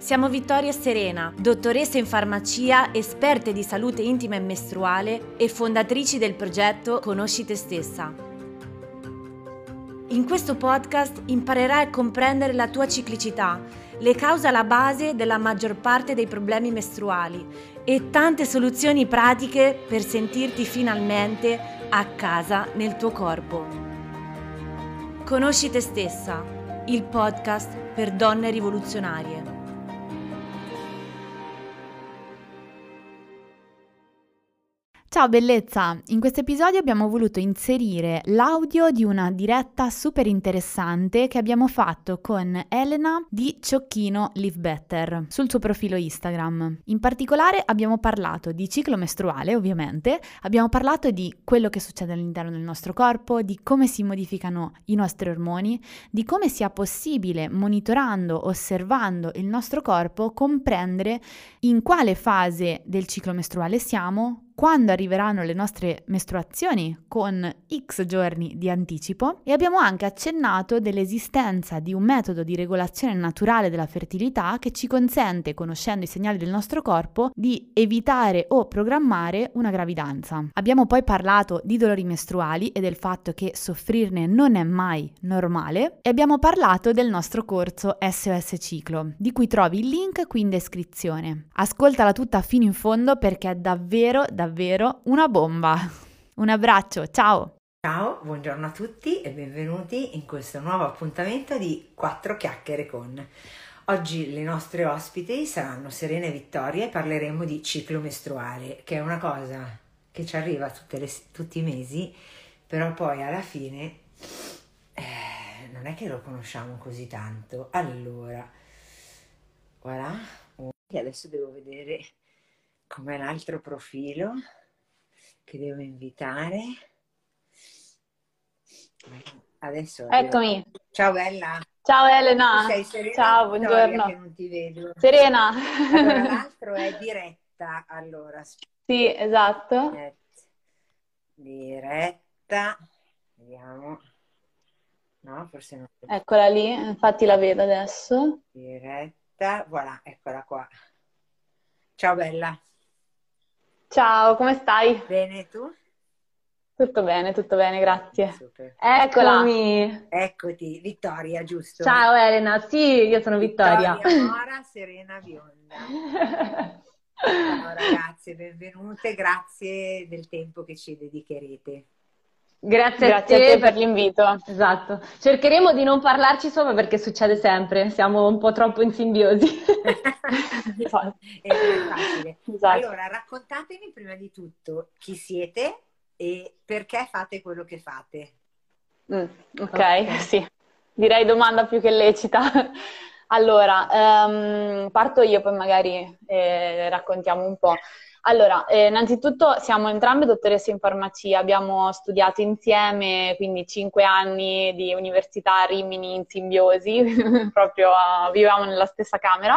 Siamo Vittoria e Serena, dottoresse in farmacia, esperte di salute intima e mestruale e fondatrici del progetto Conosci te stessa. In questo podcast imparerai a comprendere la tua ciclicità, le cause alla base della maggior parte dei problemi mestruali e tante soluzioni pratiche per sentirti finalmente a casa nel tuo corpo. Conosci te stessa, il podcast per donne rivoluzionarie. Ciao bellezza! In questo episodio abbiamo voluto inserire l'audio di una diretta super interessante che abbiamo fatto con Elena di Ciocchino Live Better sul suo profilo Instagram. In particolare abbiamo parlato di ciclo mestruale, ovviamente, abbiamo parlato di quello che succede all'interno del nostro corpo, di come si modificano i nostri ormoni, di come sia possibile, monitorando, osservando il nostro corpo, comprendere in quale fase del ciclo mestruale siamo, quando arriveranno le nostre mestruazioni con X giorni di anticipo, e abbiamo anche accennato dell'esistenza di un metodo di regolazione naturale della fertilità che ci consente, conoscendo i segnali del nostro corpo, di evitare o programmare una gravidanza. Abbiamo poi parlato di dolori mestruali e del fatto che soffrirne non è mai normale, e abbiamo parlato del nostro corso SOS Ciclo, di cui trovi il link qui in descrizione. Ascoltala tutta fino in fondo perché è davvero una bomba. Un abbraccio, ciao! Ciao, buongiorno a tutti e benvenuti in questo nuovo appuntamento di Quattro Chiacchiere con. Oggi le nostre ospiti saranno Serena e Vittoria e parleremo di ciclo mestruale, che è una cosa che ci arriva tutti i mesi, però poi alla fine non è che lo conosciamo così tanto. Allora, voilà, adesso devo vedere com'è l'altro profilo che devo invitare. Adesso Eccomi. Ciao bella. Ciao Elena. Tu sei Serena? Ciao, Vittoria, buongiorno. che non ti vedo. Serena. Allora, l'altro è diretta. Allora, Sì, esatto. Diretta. Vediamo. No, forse non. Eccola lì, infatti la vedo adesso. Diretta. Voilà, eccola qua. Ciao bella. Ciao, come stai? Bene, tu? Tutto bene, grazie. Super. Eccola. Eccoti, Vittoria, giusto? Ciao Elena, sì, io sono Vittoria. Mora, Serena Bionda. Ciao ragazze, benvenute, grazie del tempo che ci dedicherete. Grazie a te per l'invito. Esatto. Cercheremo di non parlarci sopra perché succede sempre, siamo un po' troppo in simbiosi. Esatto. È facile. Esatto. Allora, raccontatemi prima di tutto chi siete e perché fate quello che fate. Ok, sì. Direi domanda più che lecita. Allora, parto io, poi magari raccontiamo un po'. Allora, innanzitutto siamo entrambe dottoresse in farmacia, abbiamo studiato insieme, quindi 5 anni di università a Rimini in simbiosi, proprio vivevamo nella stessa camera.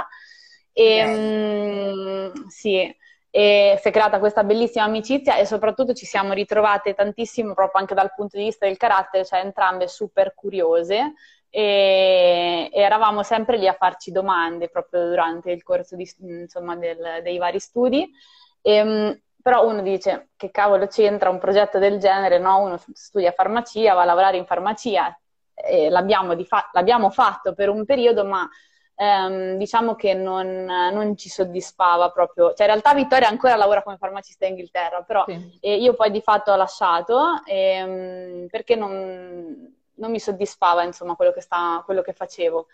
Sì, e si è creata questa bellissima amicizia e soprattutto ci siamo ritrovate tantissimo proprio anche dal punto di vista del carattere, cioè entrambe super curiose. E eravamo sempre lì a farci domande proprio durante il corso insomma, dei vari studi. Però uno dice che cavolo c'entra un progetto del genere, no? Uno studia farmacia, va a lavorare in farmacia, e l'abbiamo fatto per un periodo, ma diciamo che non ci soddisfava proprio. Cioè in realtà Vittoria ancora lavora come farmacista in Inghilterra, però Sì. io poi di fatto ho lasciato perché non mi soddisfava insomma quello che facevo.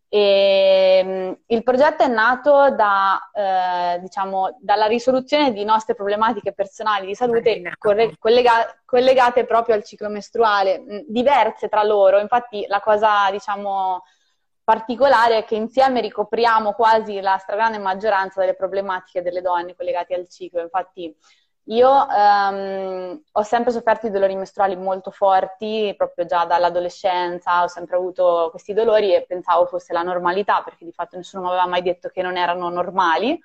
Il progetto è nato diciamo, dalla risoluzione di nostre problematiche personali di salute collegate proprio al ciclo mestruale, diverse tra loro. Infatti la cosa, diciamo, particolare è che insieme ricopriamo quasi la stragrande maggioranza delle problematiche delle donne collegate al ciclo. Infatti io ho sempre sofferto di dolori mestruali molto forti, proprio già dall'adolescenza, ho sempre avuto questi dolori e pensavo fosse la normalità, perché di fatto nessuno mi aveva mai detto che non erano normali.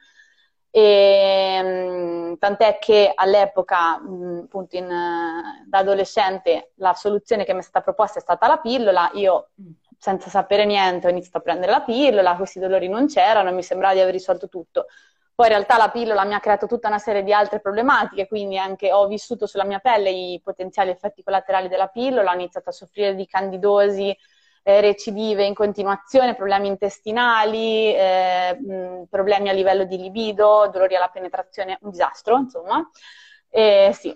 Tant'è che all'epoca, appunto da adolescente, la soluzione che mi è stata proposta è stata la pillola. Io senza sapere niente ho iniziato a prendere la pillola, questi dolori non c'erano e mi sembrava di aver risolto tutto. Poi in realtà la pillola mi ha creato tutta una serie di altre problematiche, quindi anche ho vissuto sulla mia pelle i potenziali effetti collaterali della pillola, ho iniziato a soffrire di candidosi recidive in continuazione, problemi intestinali, problemi a livello di libido, dolori alla penetrazione, un disastro, insomma. Sì,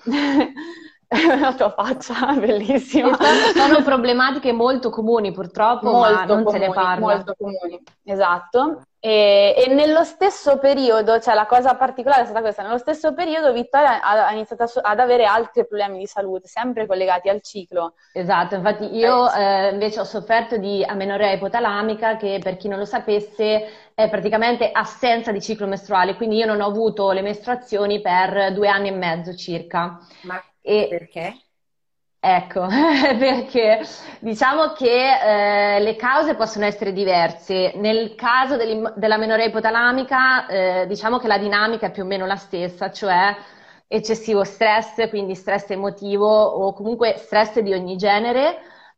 la tua faccia, bellissima. Sono problematiche molto comuni purtroppo, ma non se ne parla. Molto comuni, esatto. E nello stesso periodo, cioè la cosa particolare è stata questa, nello stesso periodo Vittoria ha iniziato ad avere altri problemi di salute, sempre collegati al ciclo. Esatto, infatti io invece ho sofferto di amenorrea ipotalamica, che per chi non lo sapesse è praticamente assenza di ciclo mestruale, quindi io non ho avuto le mestruazioni per 2 anni e mezzo circa. Ma E perché? ecco, perché diciamo che le cause possono essere diverse. Nel caso dell'amenorrea ipotalamica, diciamo che la dinamica è più o meno la stessa, cioè eccessivo stress, quindi stress emotivo o comunque stress di ogni genere,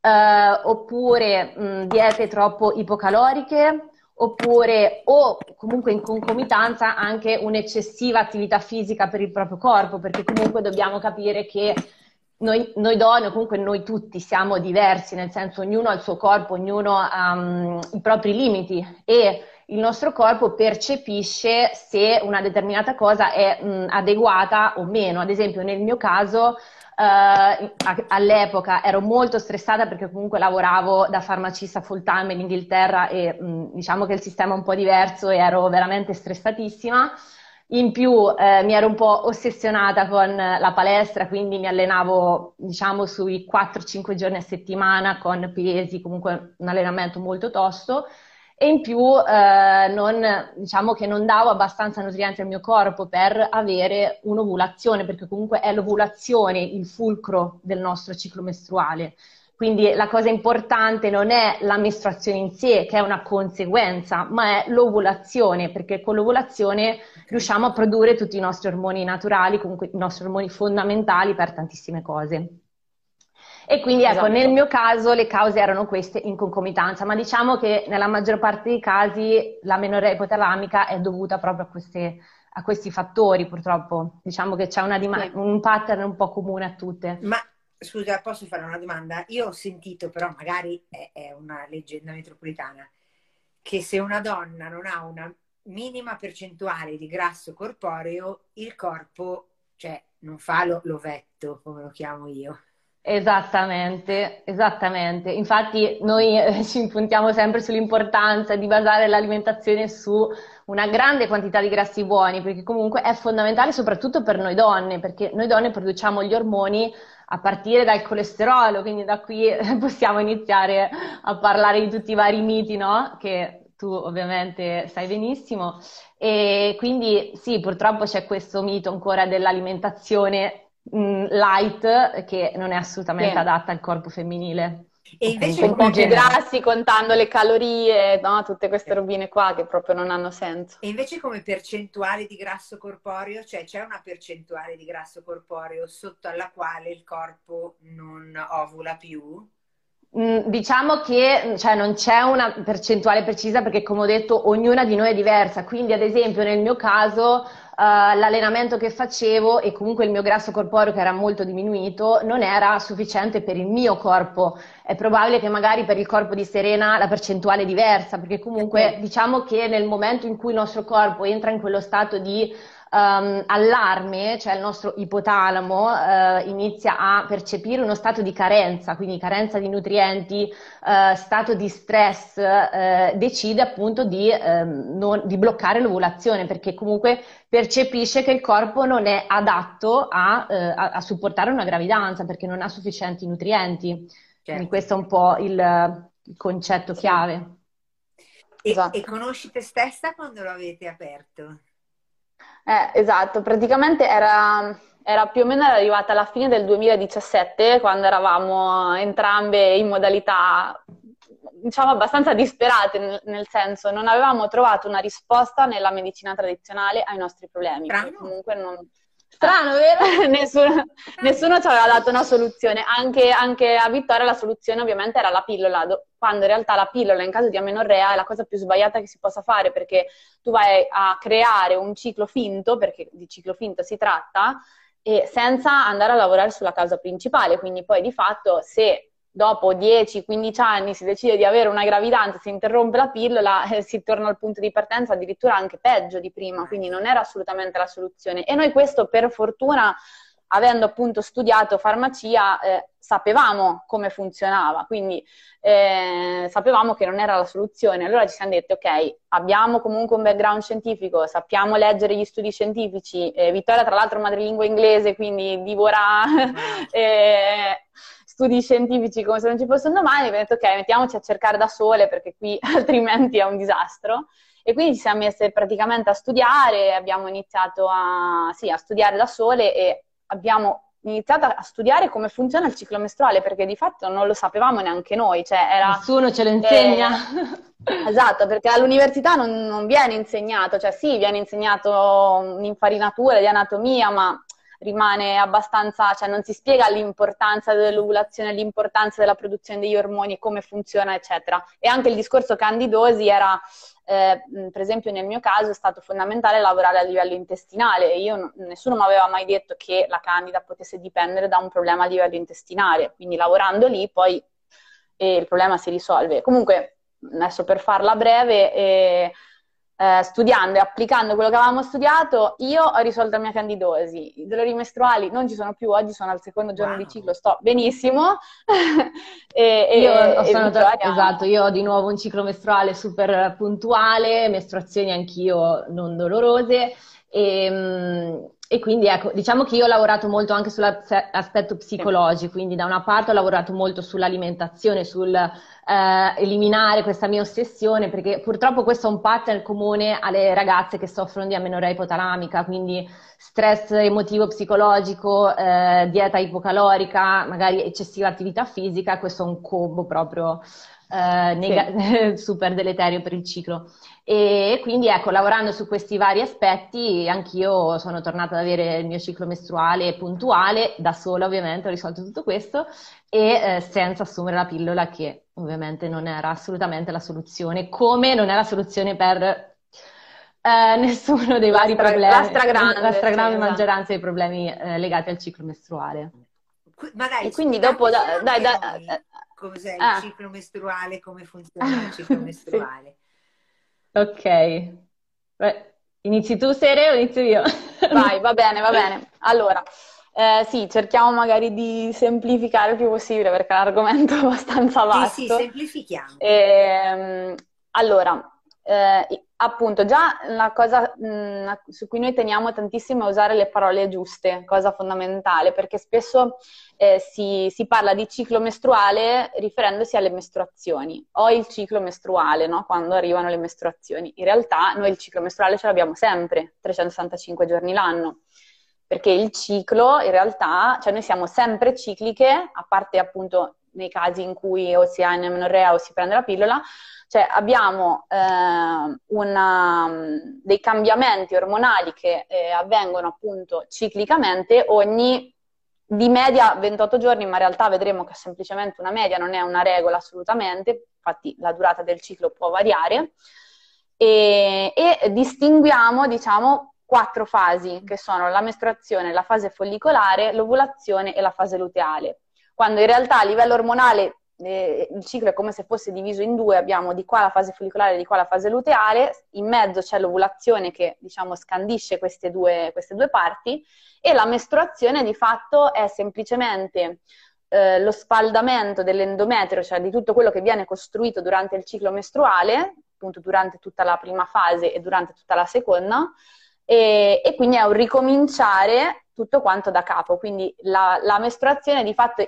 oppure diete troppo ipocaloriche, oppure o comunque in concomitanza anche un'eccessiva attività fisica per il proprio corpo, perché comunque dobbiamo capire che noi donne, o comunque noi tutti siamo diversi, nel senso ognuno ha il suo corpo, ognuno ha i propri limiti e il nostro corpo percepisce se una determinata cosa è adeguata o meno. Ad esempio nel mio caso all'epoca ero molto stressata perché comunque lavoravo da farmacista full time in Inghilterra e diciamo che il sistema è un po' diverso e ero veramente stressatissima. In più mi ero un po' ossessionata con la palestra, quindi mi allenavo diciamo sui 4-5 giorni a settimana con pesi, comunque un allenamento molto tosto. E in più diciamo che non davo abbastanza nutrienti al mio corpo per avere un'ovulazione, perché comunque è l'ovulazione il fulcro del nostro ciclo mestruale. Quindi la cosa importante non è la mestruazione in sé, che è una conseguenza, ma è l'ovulazione, perché con l'ovulazione riusciamo a produrre tutti i nostri ormoni naturali, comunque i nostri ormoni fondamentali per tantissime cose. E quindi ecco, Esatto. nel mio caso le cause erano queste in concomitanza, ma diciamo che nella maggior parte dei casi l'amenorrea ipotalamica è dovuta proprio a questi fattori, purtroppo. Diciamo che c'è un pattern un po' comune a tutte. Ma scusa, posso fare una domanda? Io ho sentito, però magari è una leggenda metropolitana, che se una donna non ha una minima percentuale di grasso corporeo, il corpo, cioè, non fa l'ovetto, come lo chiamo io. Esattamente, esattamente. Infatti noi ci impuntiamo sempre sull'importanza di basare l'alimentazione su una grande quantità di grassi buoni, perché comunque è fondamentale soprattutto per noi donne, perché noi donne produciamo gli ormoni a partire dal colesterolo, quindi da qui possiamo iniziare a parlare di tutti i vari miti, no? Che tu ovviamente sai benissimo. E quindi sì, purtroppo c'è questo mito ancora dell'alimentazione light che non è assolutamente adatta al corpo femminile. E invece Con pochi grassi, contando le calorie, no? Tutte queste robine qua che proprio non hanno senso. E invece come percentuale di grasso corporeo, cioè c'è una percentuale di grasso corporeo sotto alla quale il corpo non ovula più? Diciamo che cioè, non c'è una percentuale precisa perché, come ho detto, ognuna di noi è diversa. Quindi, ad esempio, nel mio caso, l'allenamento che facevo e comunque il mio grasso corporeo, che era molto diminuito, non era sufficiente per il mio corpo. È probabile che magari per il corpo di Serena la percentuale è diversa, perché comunque diciamo che nel momento in cui il nostro corpo entra in quello stato di allarme, cioè il nostro ipotalamo inizia a percepire uno stato di carenza, quindi carenza di nutrienti, stato di stress, decide appunto di bloccare l'ovulazione, perché comunque percepisce che il corpo non è adatto a supportare una gravidanza, perché non ha sufficienti nutrienti. Quindi questo è un po' il concetto chiave. E conosci te stessa quando lo avete aperto? Esatto, praticamente era più o meno arrivata alla fine del 2017, quando eravamo entrambe in modalità, diciamo, abbastanza disperate, nel senso non avevamo trovato una risposta nella medicina tradizionale ai nostri problemi. Comunque Strano, vero? Nessuno ci aveva dato una soluzione, anche a Vittoria la soluzione ovviamente era la pillola, quando in realtà la pillola in caso di amenorrea è la cosa più sbagliata che si possa fare, perché tu vai a creare un ciclo finto, perché di ciclo finto si tratta, e senza andare a lavorare sulla causa principale, quindi poi di fatto se dopo 10-15 anni si decide di avere una gravidanza, si interrompe la pillola, si torna al punto di partenza addirittura anche peggio di prima, quindi non era assolutamente la soluzione. E noi questo, per fortuna, avendo appunto studiato farmacia, sapevamo come funzionava, quindi sapevamo che non era la soluzione. Allora ci siamo detti, ok, abbiamo comunque un background scientifico, sappiamo leggere gli studi scientifici, Vittoria tra l'altro è madrelingua inglese, quindi divora... studi scientifici come se non ci fosse un domani, abbiamo detto ok, mettiamoci a cercare da sole perché qui altrimenti è un disastro. E quindi ci siamo messe praticamente a studiare, abbiamo iniziato a studiare da sole e abbiamo iniziato a studiare come funziona il ciclo mestruale, perché di fatto non lo sapevamo neanche noi. Cioè nessuno ce lo insegna. Esatto, perché all'università non viene insegnato, cioè sì, viene insegnato un'infarinatura di anatomia, ma rimane abbastanza, cioè non si spiega l'importanza dell'ovulazione, l'importanza della produzione degli ormoni, come funziona, eccetera. E anche il discorso candidosi era, per esempio nel mio caso, è stato fondamentale lavorare a livello intestinale. Nessuno mi aveva mai detto che la candida potesse dipendere da un problema a livello intestinale, quindi lavorando lì poi il problema si risolve. Comunque, adesso per farla breve... studiando e applicando quello che avevamo studiato, io ho risolto la mia candidosi. I dolori mestruali non ci sono più, oggi sono al secondo giorno di ciclo, sto benissimo. Esatto, io ho di nuovo un ciclo mestruale super puntuale, mestruazioni anch'io non dolorose e quindi ecco, diciamo che io ho lavorato molto anche sull'aspetto psicologico, quindi da una parte ho lavorato molto sull'alimentazione, sul eliminare questa mia ossessione, perché purtroppo questo è un pattern comune alle ragazze che soffrono di amenorrea ipotalamica, quindi stress emotivo psicologico, dieta ipocalorica, magari eccessiva attività fisica, questo è un combo proprio super deleterio per il ciclo. E quindi ecco, lavorando su questi vari aspetti, anch'io sono tornata ad avere il mio ciclo mestruale puntuale, da sola ovviamente ho risolto tutto questo, e senza assumere la pillola, che ovviamente non era assolutamente la soluzione, come non è la soluzione per nessuno dei vari problemi, la stragrande maggioranza dei problemi legati al ciclo mestruale. Ma dai, e quindi dopo cos'è il ciclo mestruale, come funziona il ciclo mestruale? Sì. Ok, inizi tu, Sere, o inizio io? Vai, va bene. Allora, sì, cerchiamo magari di semplificare il più possibile perché è un argomento abbastanza vasto. Sì, semplifichiamo. Allora, appunto, già la cosa su cui noi teniamo tantissimo è usare le parole giuste, cosa fondamentale, perché spesso si parla di ciclo mestruale riferendosi alle mestruazioni. Ho il ciclo mestruale, no? Quando arrivano le mestruazioni. In realtà noi il ciclo mestruale ce l'abbiamo sempre, 365 giorni l'anno, perché il ciclo in realtà, cioè noi siamo sempre cicliche, a parte appunto nei casi in cui o si ha amenorrea o si prende la pillola, cioè abbiamo dei cambiamenti ormonali che avvengono appunto ciclicamente ogni di media 28 giorni, ma in realtà vedremo che è semplicemente una media, non è una regola assolutamente, infatti la durata del ciclo può variare, e distinguiamo, diciamo, 4 fasi, che sono la mestruazione, la fase follicolare, l'ovulazione e la fase luteale, quando in realtà a livello ormonale il ciclo è come se fosse diviso in 2, abbiamo di qua la fase follicolare e di qua la fase luteale, in mezzo c'è l'ovulazione che, diciamo, scandisce queste due parti, e la mestruazione di fatto è semplicemente lo spaldamento dell'endometrio, cioè di tutto quello che viene costruito durante il ciclo mestruale, appunto durante tutta la prima fase e durante tutta la seconda, e quindi è un ricominciare tutto quanto da capo, quindi la mestruazione di fatto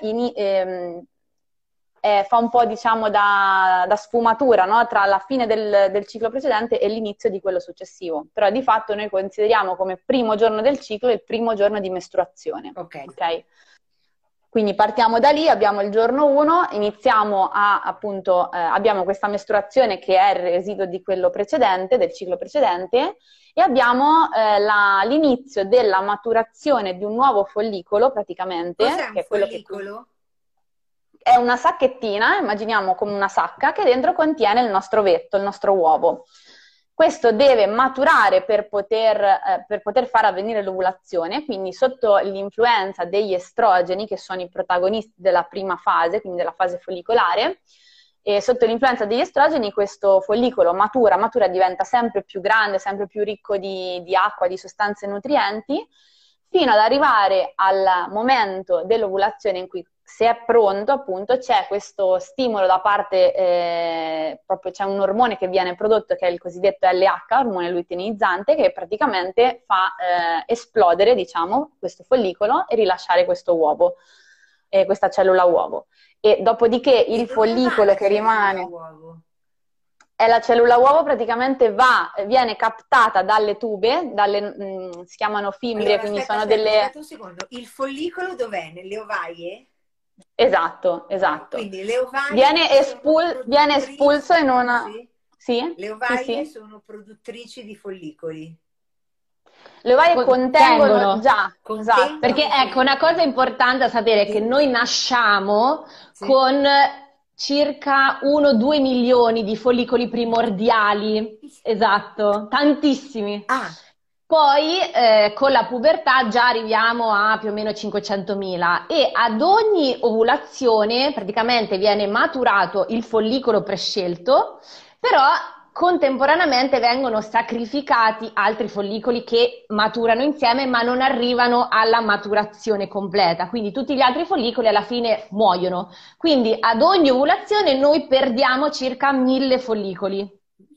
fa un po', diciamo, da sfumatura, no? Tra la fine del ciclo precedente e l'inizio di quello successivo. Però di fatto noi consideriamo come primo giorno del ciclo il primo giorno di mestruazione. Ok. Quindi partiamo da lì, abbiamo il giorno 1, iniziamo appunto, abbiamo questa mestruazione che è il residuo di quello precedente, del ciclo precedente, e abbiamo l'inizio della maturazione di un nuovo follicolo praticamente. Cos'è un che è quello follicolo? È una sacchettina, immaginiamo come una sacca, che dentro contiene il nostro ovetto, il nostro uovo. Questo deve maturare per poter far avvenire l'ovulazione, quindi sotto l'influenza degli estrogeni, che sono i protagonisti della prima fase, quindi della fase follicolare, e sotto l'influenza degli estrogeni questo follicolo matura, diventa sempre più grande, sempre più ricco di acqua, di sostanze nutrienti, fino ad arrivare al momento dell'ovulazione in cui, se è pronto, appunto, c'è questo stimolo da parte, proprio c'è un ormone che viene prodotto che è il cosiddetto LH, ormone luteinizzante, che praticamente fa esplodere, diciamo, questo follicolo e rilasciare questo uovo, questa cellula uovo. E dopodiché il follicolo che rimane... È la cellula uovo, praticamente viene captata dalle tube, si chiamano fimbrie, allora, quindi aspetta, sono delle... Aspetta un secondo, il follicolo dov'è? Nelle ovaie? Esatto. Quindi le ovaie viene espulso in una... Sì? Le ovaie Sì. sono produttrici di follicoli. Le ovaie contengono già, esatto. Perché ecco, una cosa importante da sapere è che noi nasciamo con circa 1-2 milioni di follicoli primordiali, esatto, tantissimi. Poi con la pubertà già arriviamo a più o meno 500.000 e ad ogni ovulazione praticamente viene maturato il follicolo prescelto, però contemporaneamente vengono sacrificati altri follicoli che maturano insieme ma non arrivano alla maturazione completa, quindi tutti gli altri follicoli alla fine muoiono. Quindi ad ogni ovulazione noi perdiamo circa 1000 follicoli.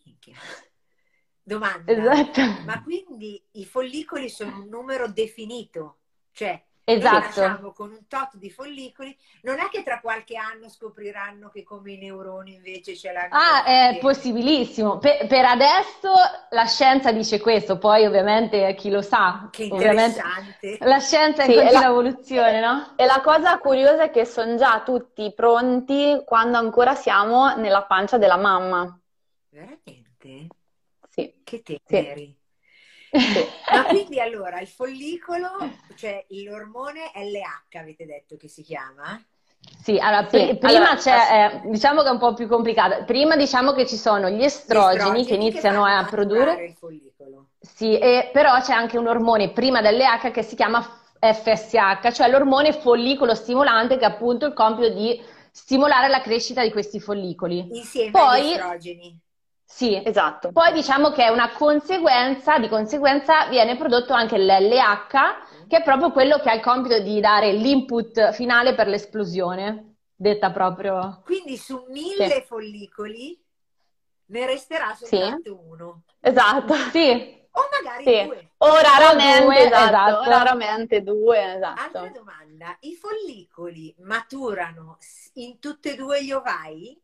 Domanda, esatto. Ma quindi i follicoli sono un numero definito? Cioè, esatto. Noi nasciamo con un tot di follicoli, non è che tra qualche anno scopriranno che come i neuroni invece ce l'hanno. È possibilissimo. Per adesso la scienza dice questo, poi ovviamente chi lo sa. Che interessante. La scienza è in continua evoluzione, no? E la cosa curiosa è che sono già tutti pronti quando ancora siamo nella pancia della mamma. Veramente? Sì. Che teneri. Sì. Ma quindi allora il follicolo, cioè l'ormone LH avete detto che si chiama? Sì, allora prima c'è, diciamo che è un po' più complicato. Prima diciamo che ci sono gli estrogeni che iniziano a produrre il follicolo. Sì, però c'è anche un ormone prima dell'LH che si chiama FSH, cioè l'ormone follicolo stimolante che ha appunto il compito di stimolare la crescita di questi follicoli. Insieme agli estrogeni. Sì, esatto. Poi diciamo che è una conseguenza, di conseguenza viene prodotto anche l'LH, che è proprio quello che ha il compito di dare l'input finale per l'esplosione, detta proprio. Quindi su 1000 follicoli ne resterà soltanto uno. Esatto. Sì. O magari 2. O raramente, due, esatto. Raramente 2, esatto. Altra domanda, i follicoli maturano in tutte e 2 gli ovai?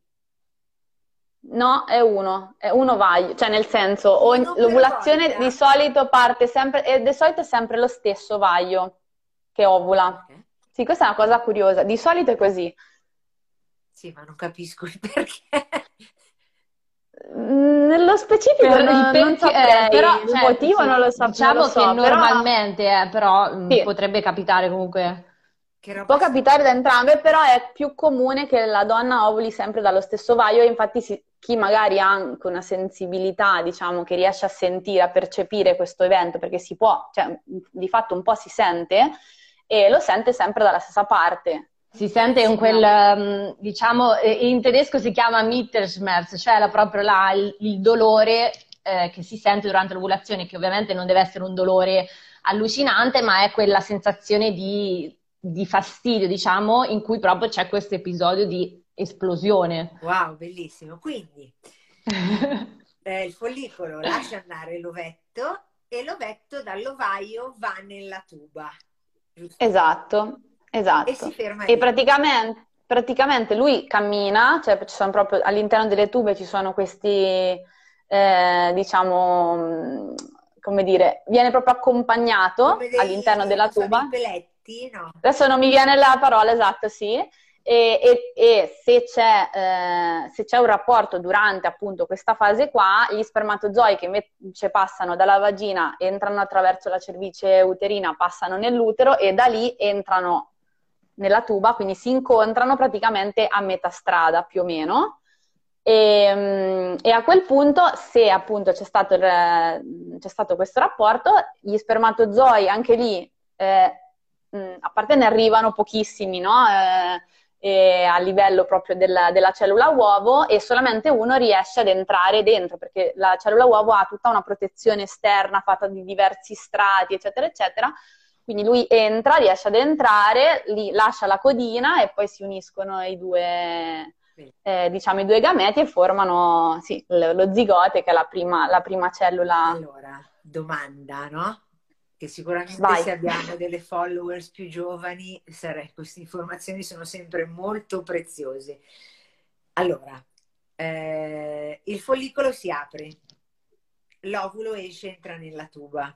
No, è uno ovaio, cioè nel senso l'ovulazione di solito parte sempre, e di solito è sempre lo stesso ovaio che ovula. Okay. Sì, questa è una cosa curiosa, di solito è così. Sì, ma non capisco il perché. Nello specifico non saprei, però il motivo non lo so. Diciamo che normalmente però potrebbe capitare comunque. Può capitare da entrambe, però è più comune che la donna ovuli sempre dallo stesso ovaio, e infatti chi magari ha anche una sensibilità, diciamo, che riesce a sentire, a percepire questo evento, perché si può, cioè di fatto un po' si sente, e lo sente sempre dalla stessa parte. Si sente in quel, diciamo, in tedesco si chiama Mitterschmerz, cioè proprio il dolore che si sente durante l'ovulazione, che ovviamente non deve essere un dolore allucinante, ma è quella sensazione di fastidio, diciamo, in cui proprio c'è questo episodio di esplosione. Wow, bellissimo. Quindi il follicolo lascia andare l'ovetto e l'ovetto dall'ovaio va nella tuba. Giusto? Esatto. E si ferma lì. E praticamente lui cammina, cioè ci sono proprio all'interno delle tube ci sono questi, diciamo, come dire, viene proprio accompagnato all'interno della tuba. Dei peletti. mattino. Adesso non mi viene la parola esatta, sì. E se c'è un rapporto durante appunto questa fase qua, gli spermatozoi che invece passano dalla vagina, entrano attraverso la cervice uterina, passano nell'utero e da lì entrano nella tuba, quindi si incontrano praticamente a metà strada più o meno. E a quel punto, se appunto c'è stato questo rapporto, gli spermatozoi anche lì, a parte ne arrivano pochissimi, no? A livello proprio della cellula uovo, e solamente uno riesce ad entrare dentro, perché la cellula uovo ha tutta una protezione esterna fatta di diversi strati, eccetera, eccetera. Quindi lui entra, riesce ad entrare, lì lascia la codina e poi si uniscono i due, diciamo, i due gameti e formano, sì, lo zigote, che è la prima cellula. Allora, domanda, no? Che sicuramente Vai. se abbiamo delle followers più giovani, queste informazioni sono sempre molto preziose. Allora, il follicolo si apre, l'ovulo esce, entra nella tuba.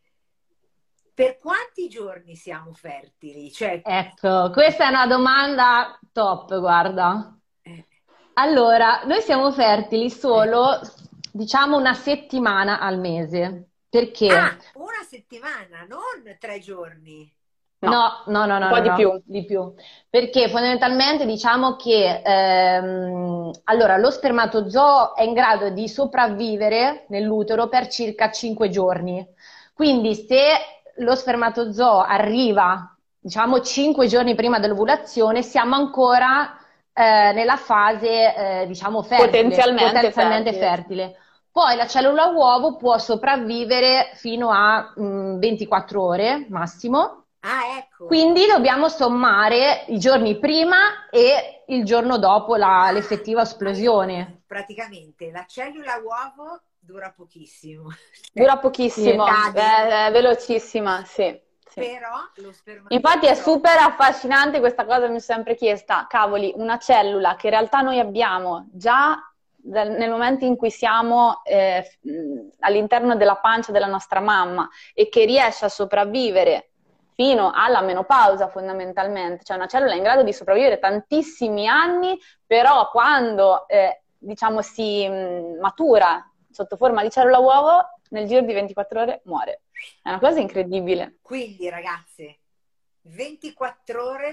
Per quanti giorni siamo fertili? Cioè, Ecco, questa è una domanda top, guarda. Allora, noi siamo fertili solo, diciamo, una settimana al mese. Perché? Una settimana, non 3 giorni. No, un po' di più. Perché fondamentalmente diciamo che allora, lo spermatozoo è in grado di sopravvivere nell'utero per circa 5 giorni. Quindi se lo spermatozoo arriva, diciamo, 5 giorni prima dell'ovulazione, siamo ancora nella fase, diciamo, potenzialmente fertile. Poi la cellula uovo può sopravvivere fino a 24 ore massimo. Ecco. Quindi dobbiamo sommare i giorni prima e il giorno dopo l'effettiva esplosione. Allora, praticamente la cellula uovo dura pochissimo. Dura pochissimo, è velocissima, sì. Però lo spermatozoo... Infatti è super affascinante questa cosa, mi sono sempre chiesta, cavoli, una cellula che in realtà noi abbiamo già nel momento in cui siamo all'interno della pancia della nostra mamma e che riesce a sopravvivere fino alla menopausa fondamentalmente, cioè una cellula in grado di sopravvivere tantissimi anni, però quando diciamo si matura sotto forma di cellula uovo, nel giro di 24 ore muore. È una cosa incredibile. Quindi ragazze, 24 ore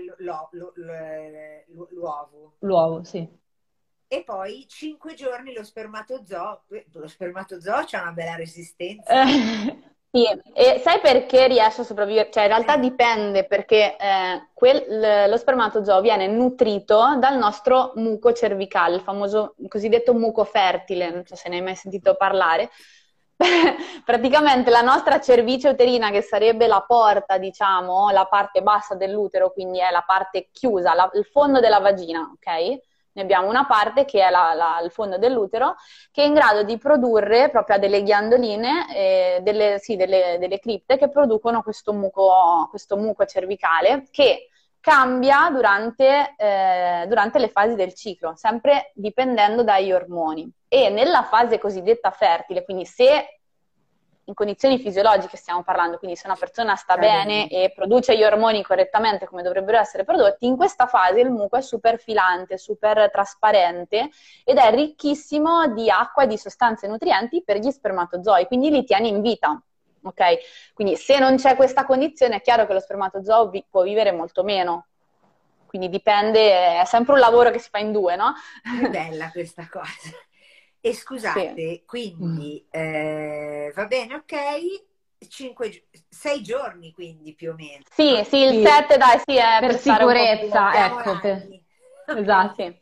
l'uovo. L'uovo, sì. E poi 5 giorni lo spermatozoo c'ha una bella resistenza. Sì, e sai perché riesce a sopravvivere? Cioè in realtà dipende, perché lo spermatozoo viene nutrito dal nostro muco cervicale, il famoso cosiddetto muco fertile, non so se ne hai mai sentito parlare. Praticamente la nostra cervice uterina, che sarebbe la porta, diciamo, la parte bassa dell'utero, quindi è la parte chiusa, il fondo della vagina, ok? Ne abbiamo una parte che è il fondo dell'utero, che è in grado di produrre proprio delle ghiandoline, delle cripte che producono questo muco cervicale, che cambia durante le fasi del ciclo, sempre dipendendo dagli ormoni. E nella fase cosiddetta fertile, quindi se in condizioni fisiologiche stiamo parlando, quindi se una persona sta bene e produce gli ormoni correttamente come dovrebbero essere prodotti, in questa fase il muco è super filante, super trasparente ed è ricchissimo di acqua e di sostanze nutrienti per gli spermatozoi, quindi li tiene in vita. Ok? Quindi se non c'è questa condizione è chiaro che lo spermatozoo può vivere molto meno. Quindi dipende, è sempre un lavoro che si fa in due, no? È bella questa cosa. E scusate, sì. Quindi va bene, ok, 6 giorni quindi più o meno. Sì, il 7 dai, sì, è per sicurezza, ecco. Esatto. Sì.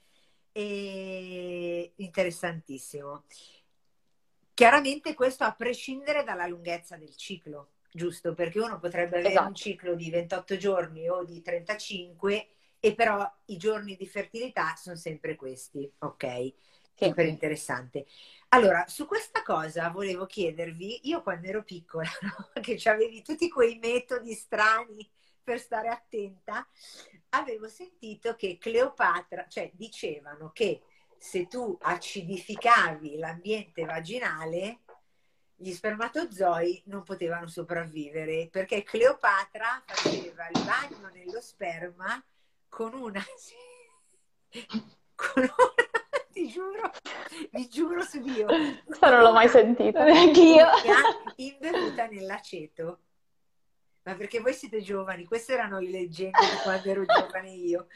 Interessantissimo. Chiaramente questo a prescindere dalla lunghezza del ciclo, giusto? Perché uno potrebbe avere un ciclo di 28 giorni o di 35 e però i giorni di fertilità sono sempre questi, ok? Super interessante. Allora, su questa cosa volevo chiedervi, io quando ero piccola, no? Che avevi tutti quei metodi strani per stare attenta, avevo sentito che Cleopatra, cioè dicevano che se tu acidificavi l'ambiente vaginale, gli spermatozoi non potevano sopravvivere perché Cleopatra faceva il bagno nello sperma con una ti giuro, vi giuro su Dio, Questo non l'ho mai sentito. Anch'io. imbevuta nell'aceto. Ma perché voi siete giovani, queste erano le leggende di quando ero giovane io.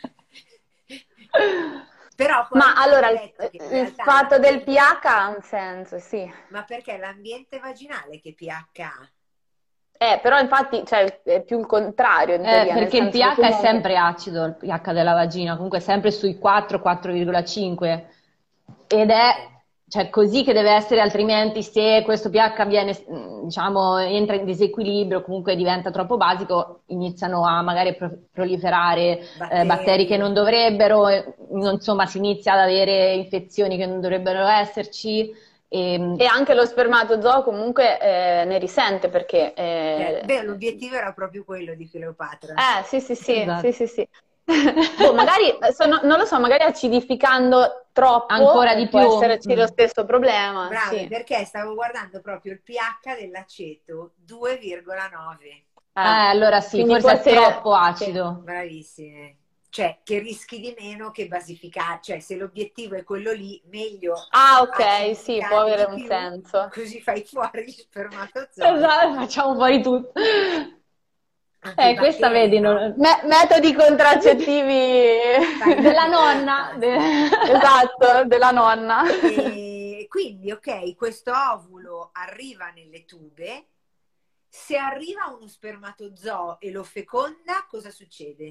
Però poi Ma allora, detto che in il realtà fatto del pH ha un senso, sì. ma perché è l'ambiente vaginale che pH ha? Però infatti, cioè, è più il contrario in teoria, nel Perché il senso che pH è comunque- sempre acido, il pH della vagina, comunque sempre sui 4-4,5 ed è cioè, così che deve essere, altrimenti se questo pH viene, diciamo, entra in disequilibrio, comunque diventa troppo basico, iniziano a magari proliferare batteri che non dovrebbero, insomma si inizia ad avere infezioni che non dovrebbero esserci. E anche lo spermatozoo comunque ne risente perché... Beh, l'obiettivo era proprio quello di Cleopatra. Sì, Esatto. sì. Boh, magari, non lo so, magari acidificando troppo Ancora di può più. esserci lo stesso problema. Brave, Sì. perché stavo guardando proprio il pH dell'aceto 2,9. Allora sì, Quindi forse è può essere- troppo acido. Bravissime. Cioè, che rischi di meno che basificare. Cioè, se l'obiettivo è quello lì, meglio Ok, sì, può acidificare avere di un più, senso. così fai fuori gli spermatozoi. Esatto, facciamo fuori tutto. Anche i Questa batteri, vedi, no? Metodi contraccettivi Fai della la nonna. esatto, della nonna. E quindi, ok, questo ovulo arriva nelle tube. Se arriva uno spermatozoo e lo feconda, cosa succede?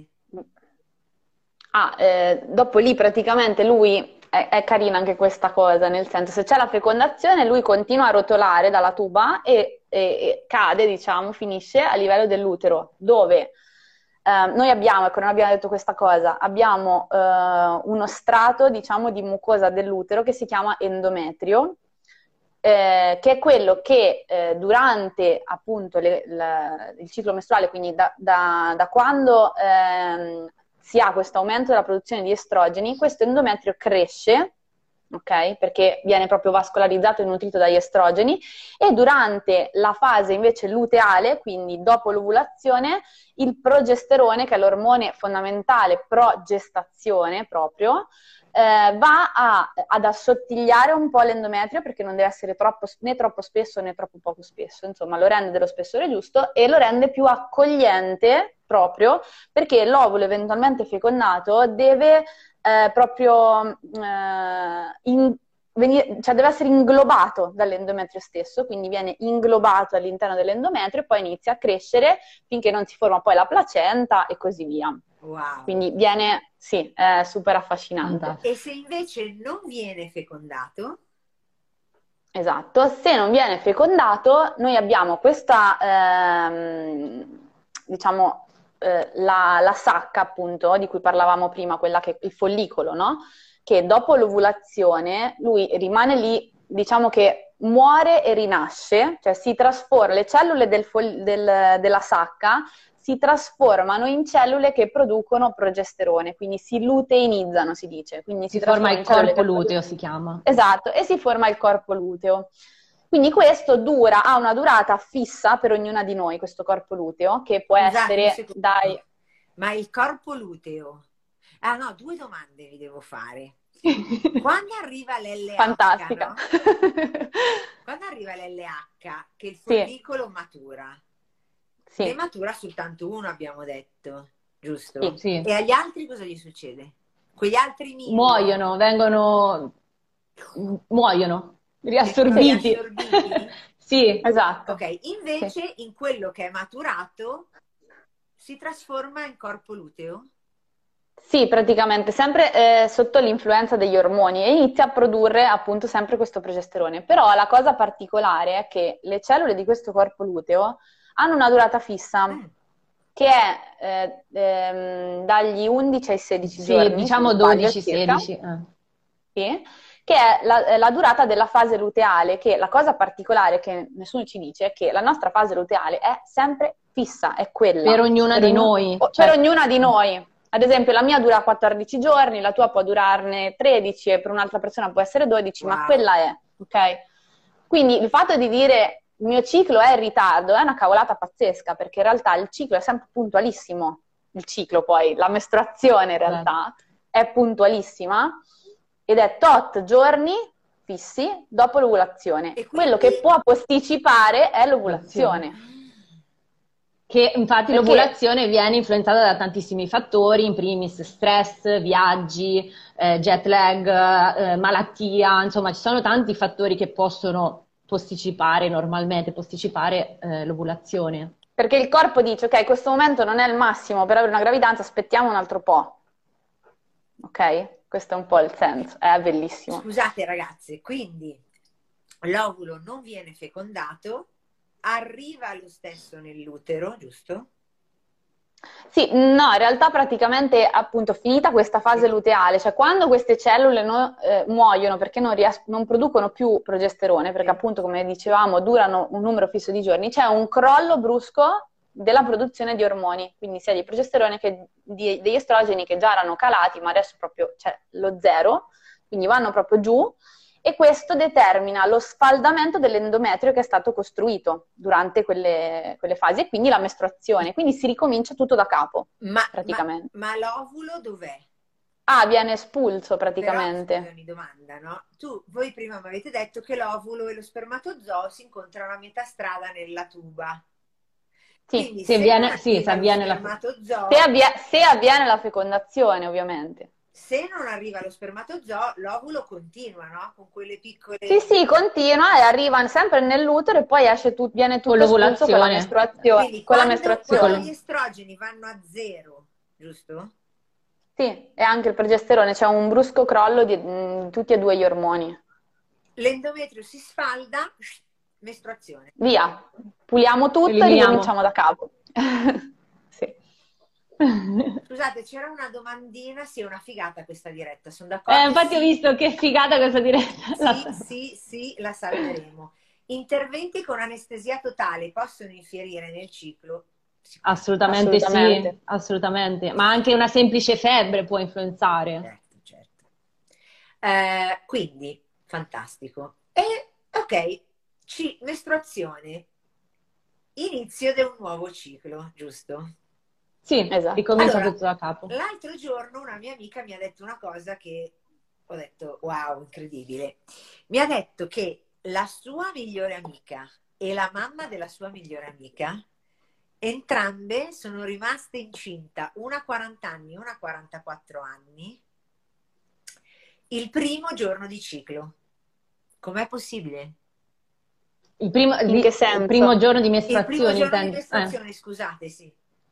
Dopo lì praticamente lui è carina anche questa cosa, nel senso se c'è la fecondazione lui continua a rotolare dalla tuba e cade, diciamo, finisce a livello dell'utero, dove noi abbiamo, ecco, non abbiamo detto questa cosa, abbiamo uno strato, diciamo, di mucosa dell'utero che si chiama endometrio, che è quello che durante appunto il ciclo mestruale, quindi da quando si ha questo aumento della produzione di estrogeni, questo endometrio cresce, ok? Perché viene proprio vascolarizzato e nutrito dagli estrogeni, e durante la fase invece luteale, quindi dopo l'ovulazione, il progesterone, che è l'ormone fondamentale pro gestazione proprio, va ad assottigliare un po' l'endometrio perché non deve essere né troppo spesso né troppo poco spesso, insomma lo rende dello spessore giusto e lo rende più accogliente proprio perché l'ovulo eventualmente fecondato deve proprio cioè deve essere inglobato dall'endometrio stesso, quindi viene inglobato all'interno dell'endometrio e poi inizia a crescere finché non si forma poi la placenta e così via. Wow. Quindi viene, sì, è super affascinante. E se invece non viene fecondato? Esatto, se non viene fecondato noi abbiamo questa, diciamo, la sacca appunto di cui parlavamo prima, quella che il follicolo, no? Che dopo l'ovulazione lui rimane lì, diciamo che muore e rinasce, cioè si trasforma, le cellule della sacca si trasformano in cellule che producono progesterone, quindi si luteinizzano, si dice. Quindi Si forma il cellule corpo che luteo, si chiama. Esatto, e si forma il corpo luteo. Quindi questo ha una durata fissa per ognuna di noi, questo corpo luteo, che può essere dai... Ma il corpo luteo... Ah no, 2 domande vi devo fare. Quando arriva l'LH, Fantastica. no? Quando arriva l'LH, che il follicolo matura, ne matura soltanto uno, abbiamo detto, giusto? Sì. E agli altri cosa gli succede? Quegli altri muoiono, riassorbiti. Sì, esatto. Ok, invece in quello che è maturato si trasforma in corpo luteo? Sì, praticamente, sempre sotto l'influenza degli ormoni e inizia a produrre appunto sempre questo progesterone. Però la cosa particolare è che le cellule di questo corpo luteo hanno una durata fissa, che è dagli 11 ai 16 giorni. Diciamo 12-16. Sì, che è la durata della fase luteale, che la cosa particolare che nessuno ci dice è che la nostra fase luteale è sempre fissa, è quella. Per ognuna di noi. Per ognuna di noi. Ad esempio la mia dura 14 giorni, la tua può durarne 13 e per un'altra persona può essere 12, ma quella è, ok? Quindi il fatto di dire il mio ciclo è in ritardo è una cavolata pazzesca, perché in realtà il ciclo è sempre puntualissimo. Il ciclo poi, la mestruazione in realtà è puntualissima ed è tot giorni fissi dopo l'ovulazione. E quindi... Quello che può posticipare è l'ovulazione. Che infatti l'ovulazione viene influenzata da tantissimi fattori, in primis stress, viaggi, jet lag, malattia, insomma ci sono tanti fattori che possono posticipare l'ovulazione. Perché il corpo dice, ok, questo momento non è il massimo per avere una gravidanza, aspettiamo un altro po'. Ok? Questo è un po' il senso, è bellissimo. Scusate ragazze, quindi l'ovulo non viene fecondato, arriva lo stesso nell'utero, giusto? Sì, no, in realtà praticamente appunto finita questa fase luteale, cioè quando queste cellule muoiono perché non producono più progesterone, perché appunto come dicevamo durano un numero fisso di giorni, c'è un crollo brusco della produzione di ormoni, quindi sia di progesterone che degli estrogeni che già erano calati, ma adesso proprio c'è lo zero, quindi vanno proprio giù. E questo determina lo sfaldamento dell'endometrio che è stato costruito durante quelle fasi e quindi la mestruazione. Quindi si ricomincia tutto da capo, praticamente. Ma l'ovulo dov'è? Ah, viene espulso praticamente. Però, scusami, domanda, no? Voi prima mi avete detto che l'ovulo e lo spermatozoo si incontrano a metà strada nella tuba. Sì, quindi se avviene la fecondazione, ovviamente. Se non arriva lo spermatozoo, l'ovulo continua, no? Con quelle piccole... Sì, continua e arriva sempre nell'utero e poi viene tutto espulso con la mestruazione. Quindi quando gli estrogeni vanno a zero, giusto? Sì, e anche il progesterone, c'è un brusco crollo di tutti e due gli ormoni. L'endometrio si sfalda, mestruazione. Via, puliamo tutto e ricominciamo da capo. Sì. Scusate, c'era una domandina, sì, è una figata questa diretta, sono d'accordo. Infatti ho visto che figata questa diretta. Sì, la salveremo. Interventi con anestesia totale possono infierire nel ciclo? Assolutamente sì, assolutamente. Ma anche una semplice febbre può influenzare. Certo. Quindi, fantastico. E, ok, mestruazione, inizio di un nuovo ciclo, giusto? Sì, esatto. Ricomincia tutto da capo. L'altro giorno una mia amica mi ha detto una cosa che ho detto, wow, incredibile. Mi ha detto che la sua migliore amica e la mamma della sua migliore amica, entrambe sono rimaste incinta, una a 40 anni, una a 44 anni, il primo giorno di ciclo. Com'è possibile? In che senso? Il primo giorno di mestruazione. Il primo giorno di mestruazione, scusate, sì.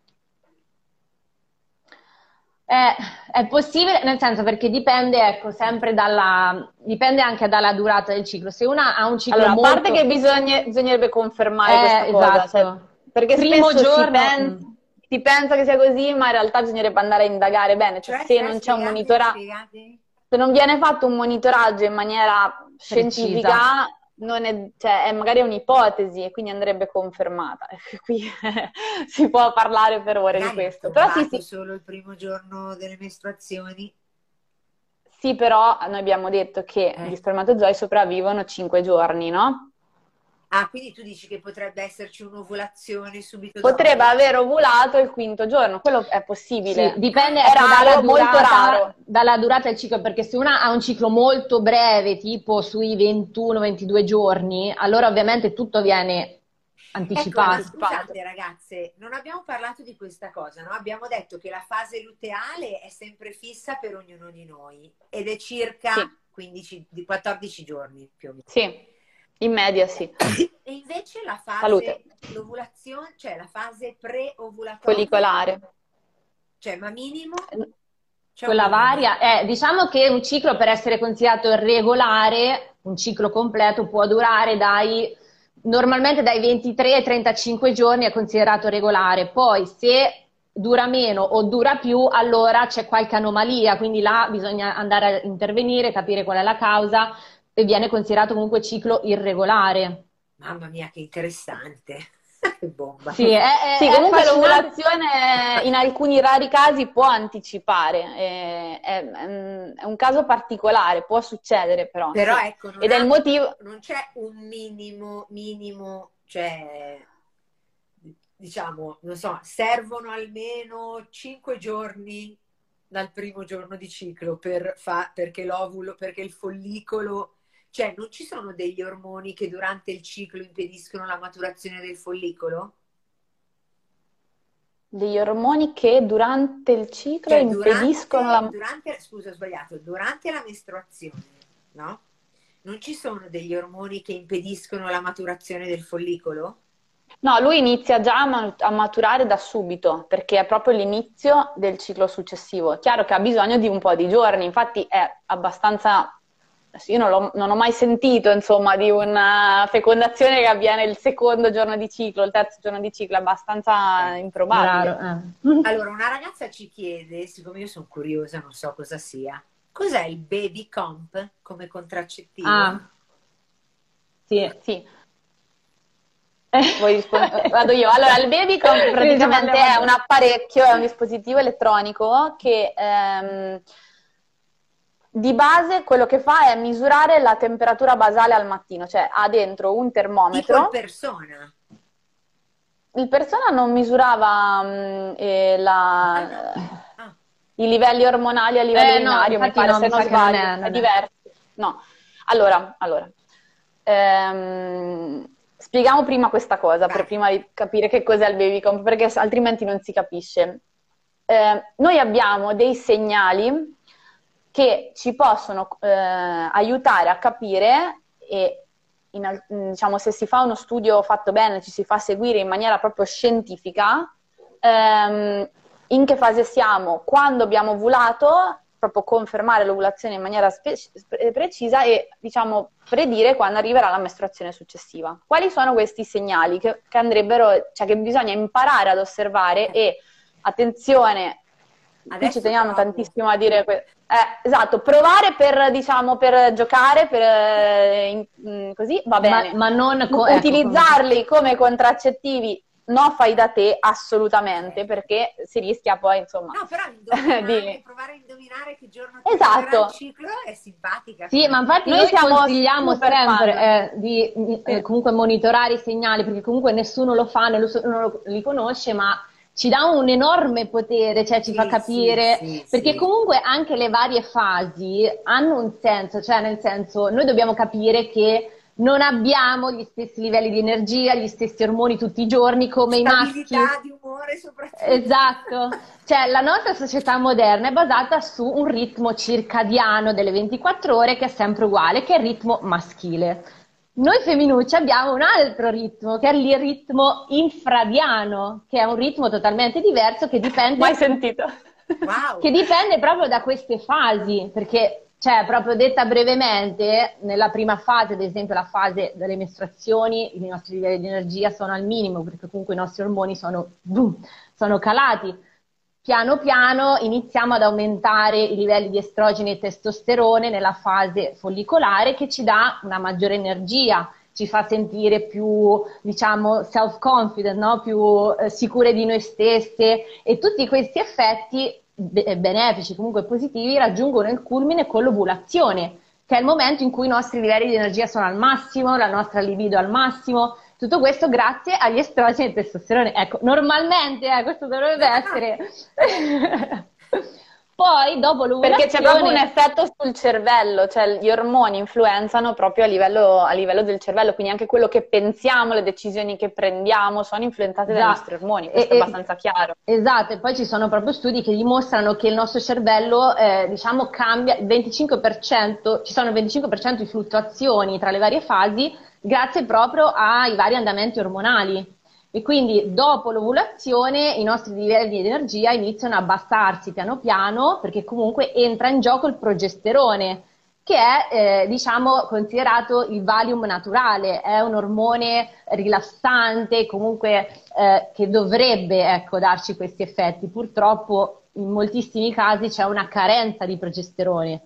È possibile, nel senso, perché dipende, ecco, sempre dipende anche dalla durata del ciclo. Se una ha un ciclo a parte che bisognerebbe confermare questa cosa, esatto. Perché primo giorno si pensa che sia così, ma in realtà bisognerebbe andare a indagare bene, cioè se non c'è un monitoraggio, se non viene fatto un monitoraggio in maniera scientifica, è magari un'ipotesi e quindi andrebbe confermata. Qui si può parlare per ore di questo. Però sì. Solo il primo giorno delle mestruazioni? Sì, però noi abbiamo detto che gli spermatozoi sopravvivono 5 giorni, no? Ah, quindi tu dici che potrebbe esserci un'ovulazione subito Potrebbe aver ovulato il quinto giorno, quello è possibile. Sì, dipende molto raro. Dalla durata del ciclo, perché se una ha un ciclo molto breve, tipo sui 21-22 giorni, allora ovviamente tutto viene anticipato. Ecco, scusate ragazze, non abbiamo parlato di questa cosa, no? Abbiamo detto che la fase luteale è sempre fissa per ognuno di noi ed è circa 14 giorni più o meno. Sì. In media sì. E invece la fase l'ovulazione, cioè la fase pre-ovulatoria follicolare. Cioè, ma minimo? Quella varia. Diciamo che un ciclo per essere considerato regolare, un ciclo completo può durare normalmente dai 23 ai 35 giorni è considerato regolare. Poi se dura meno o dura più, allora c'è qualche anomalia, quindi là bisogna andare a intervenire, capire qual è la causa, e viene considerato comunque ciclo irregolare. Mamma mia, che interessante. Che bomba. Sì, Sì, è comunque affascinante. l'ovulazione in alcuni rari casi può anticipare, è un caso particolare, può succedere però, Però sì. ecco, Ed è il motivo. non c'è un minimo, cioè, diciamo, non so, servono almeno 5 giorni dal primo giorno di ciclo perché l'ovulo, perché il follicolo, cioè non ci sono degli ormoni che durante il ciclo impediscono la maturazione del follicolo? Degli ormoni che durante il ciclo Cioè impediscono la. scusa, ho sbagliato, durante la mestruazione, no? Non ci sono degli ormoni che impediscono la maturazione del follicolo? No, lui inizia già a maturare da subito, perché è proprio l'inizio del ciclo successivo. È chiaro che ha bisogno di un po' di giorni, infatti è abbastanza. Adesso io non ho mai sentito, insomma, di una fecondazione che avviene il secondo giorno di ciclo, il terzo giorno di ciclo, è abbastanza improbabile. Raro, Allora, una ragazza ci chiede, siccome io sono curiosa, non so cosa sia, cos'è il baby comp come contraccettivo? Ah, sì. Sì. Vado io. Allora, il Babycom praticamente è un apparecchio, è un dispositivo elettronico che di base quello che fa è misurare la temperatura basale al mattino, cioè ha dentro un Tipo termometro. il persona. Il persona non misurava i livelli ormonali a livello No, urinario, mi infatti pare, no, se mi non sa che non sbaglio, è. è diverso. No. Allora. Spieghiamo prima questa cosa, Vai. prima di capire che cos'è il Babycom, perché altrimenti non si capisce. Noi abbiamo dei segnali che ci possono aiutare a capire e diciamo, se si fa uno studio fatto bene, ci si fa seguire in maniera proprio scientifica, in che fase siamo, quando abbiamo ovulato, proprio confermare l'ovulazione in maniera precisa e, diciamo, predire quando arriverà la mestruazione successiva. Quali sono questi segnali che andrebbero, cioè che bisogna imparare ad osservare e, attenzione, qui Adesso ci teniamo provo. tantissimo a dire, esatto, provare per giocare, così va bene. Ma non utilizzarli come contraccettivi no fai da te assolutamente, perché si rischia poi, insomma. No, però provare a indovinare che giorno Esatto. terminerà il ciclo è simpatica. Sì, ma infatti Noi noi siamo consigliamo super sempre di comunque monitorare i segnali, perché comunque nessuno lo fa, nessuno li conosce, ma ci dà un enorme potere, cioè ci fa capire, perché comunque anche le varie fasi hanno un senso, cioè nel senso noi dobbiamo capire che non abbiamo gli stessi livelli di energia, gli stessi ormoni tutti i giorni come i maschi. Stabilità di umore soprattutto. Esatto, cioè la nostra società moderna è basata su un ritmo circadiano delle 24 ore che è sempre uguale, che è il ritmo maschile. Noi femminucci abbiamo un altro ritmo, che è il ritmo infradiano, che è un ritmo totalmente diverso che dipende... Mai sentito? Wow. Che dipende proprio da queste fasi, perché... Cioè, proprio detta brevemente, nella prima fase, ad esempio la fase delle mestruazioni, i nostri livelli di energia sono al minimo, perché comunque i nostri ormoni sono calati. Piano piano iniziamo ad aumentare i livelli di estrogeni e testosterone nella fase follicolare, che ci dà una maggiore energia, ci fa sentire più, diciamo, self-confident, no? Più sicure di noi stesse, e tutti questi effetti benefici, comunque positivi, raggiungono il culmine con l'ovulazione, che è il momento in cui i nostri livelli di energia sono al massimo, la nostra libido al massimo, tutto questo grazie agli estrogeni e testosterone. Ecco, normalmente questo dovrebbe essere... Poi, dopo l'ovulazione... Perché c'è proprio un effetto sul cervello, cioè gli ormoni influenzano proprio a livello del cervello, quindi anche quello che pensiamo, le decisioni che prendiamo sono influenzate dai nostri ormoni, questo è abbastanza chiaro. Esatto, e poi ci sono proprio studi che dimostrano che il nostro cervello, diciamo, cambia il 25%, ci sono il 25% di fluttuazioni tra le varie fasi, grazie proprio ai vari andamenti ormonali. E quindi dopo l'ovulazione i nostri livelli di energia iniziano a abbassarsi piano piano, perché comunque entra in gioco il progesterone, che è diciamo considerato il Valium naturale, è un ormone rilassante, comunque che dovrebbe, ecco, darci questi effetti. Purtroppo in moltissimi casi c'è una carenza di progesterone.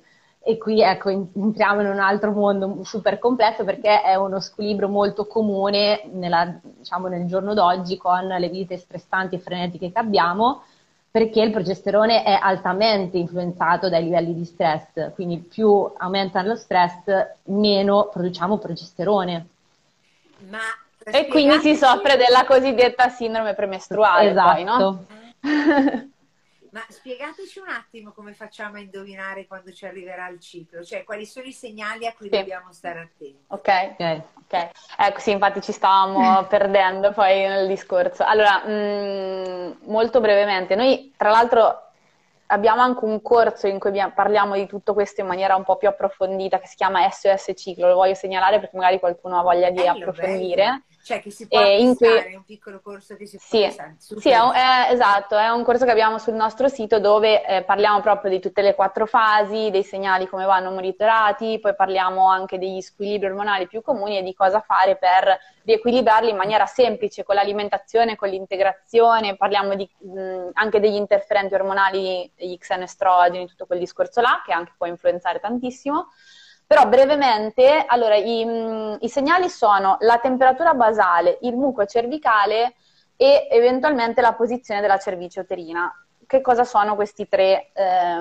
E qui ecco, entriamo in un altro mondo super complesso perché è uno squilibrio molto comune diciamo, nel giorno d'oggi con le vite stressanti e frenetiche che abbiamo, perché il progesterone è altamente influenzato dai livelli di stress, quindi più aumenta lo stress, meno produciamo progesterone. Ma e quindi si soffre della cosiddetta sindrome premestruale, poi, no? Esatto. Ma spiegateci un attimo come facciamo a indovinare quando ci arriverà il ciclo, cioè quali sono i segnali a cui dobbiamo stare attenti. Ok. Ecco, sì, infatti ci stavamo perdendo poi nel discorso. Allora, molto brevemente, noi tra l'altro abbiamo anche un corso in cui parliamo di tutto questo in maniera un po' più approfondita, che si chiama SOS Ciclo, lo voglio segnalare perché magari qualcuno ha voglia di approfondire. Bello. Cioè che si può acquistare, un piccolo corso che si può acquistare. Sì, esatto, è un corso che abbiamo sul nostro sito dove parliamo proprio di tutte le 4 fasi, dei segnali come vanno monitorati, poi parliamo anche degli squilibri ormonali più comuni e di cosa fare per riequilibrarli in maniera semplice con l'alimentazione, con l'integrazione, parliamo anche degli interferenti ormonali, gli xenoestrogeni, tutto quel discorso là che anche può influenzare tantissimo. Però brevemente, allora, i segnali sono la temperatura basale, il muco cervicale e eventualmente la posizione della cervice uterina. Che cosa sono questi tre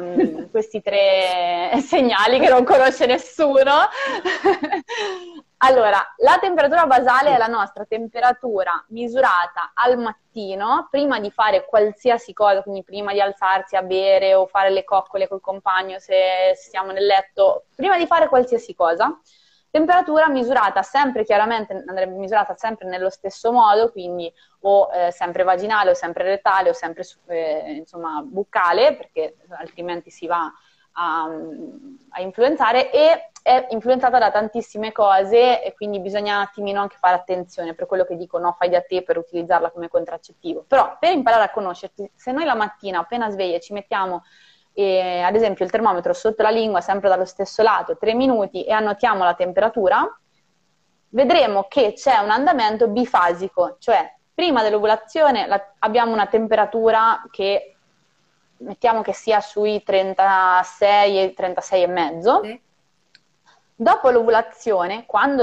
segnali che non conosce nessuno? Allora, la temperatura basale è la nostra temperatura misurata al mattino, prima di fare qualsiasi cosa, quindi prima di alzarsi a bere o fare le coccole col compagno se siamo nel letto, prima di fare qualsiasi cosa. Temperatura misurata sempre, chiaramente andrebbe misurata sempre nello stesso modo, quindi o sempre vaginale o sempre rettale o sempre insomma buccale, perché altrimenti si va a influenzare, e è influenzata da tantissime cose e quindi bisogna un attimino anche fare attenzione, per quello che dico no, fai da te per utilizzarla come contraccettivo. Però per imparare a conoscerti, se noi la mattina appena sveglia ci mettiamo ad esempio il termometro sotto la lingua sempre dallo stesso lato 3 minuti e annotiamo la temperatura, vedremo che c'è un andamento bifasico, cioè prima dell'ovulazione abbiamo una temperatura che mettiamo che sia sui 36 e 36 e mezzo. Sì. Dopo l'ovulazione, quando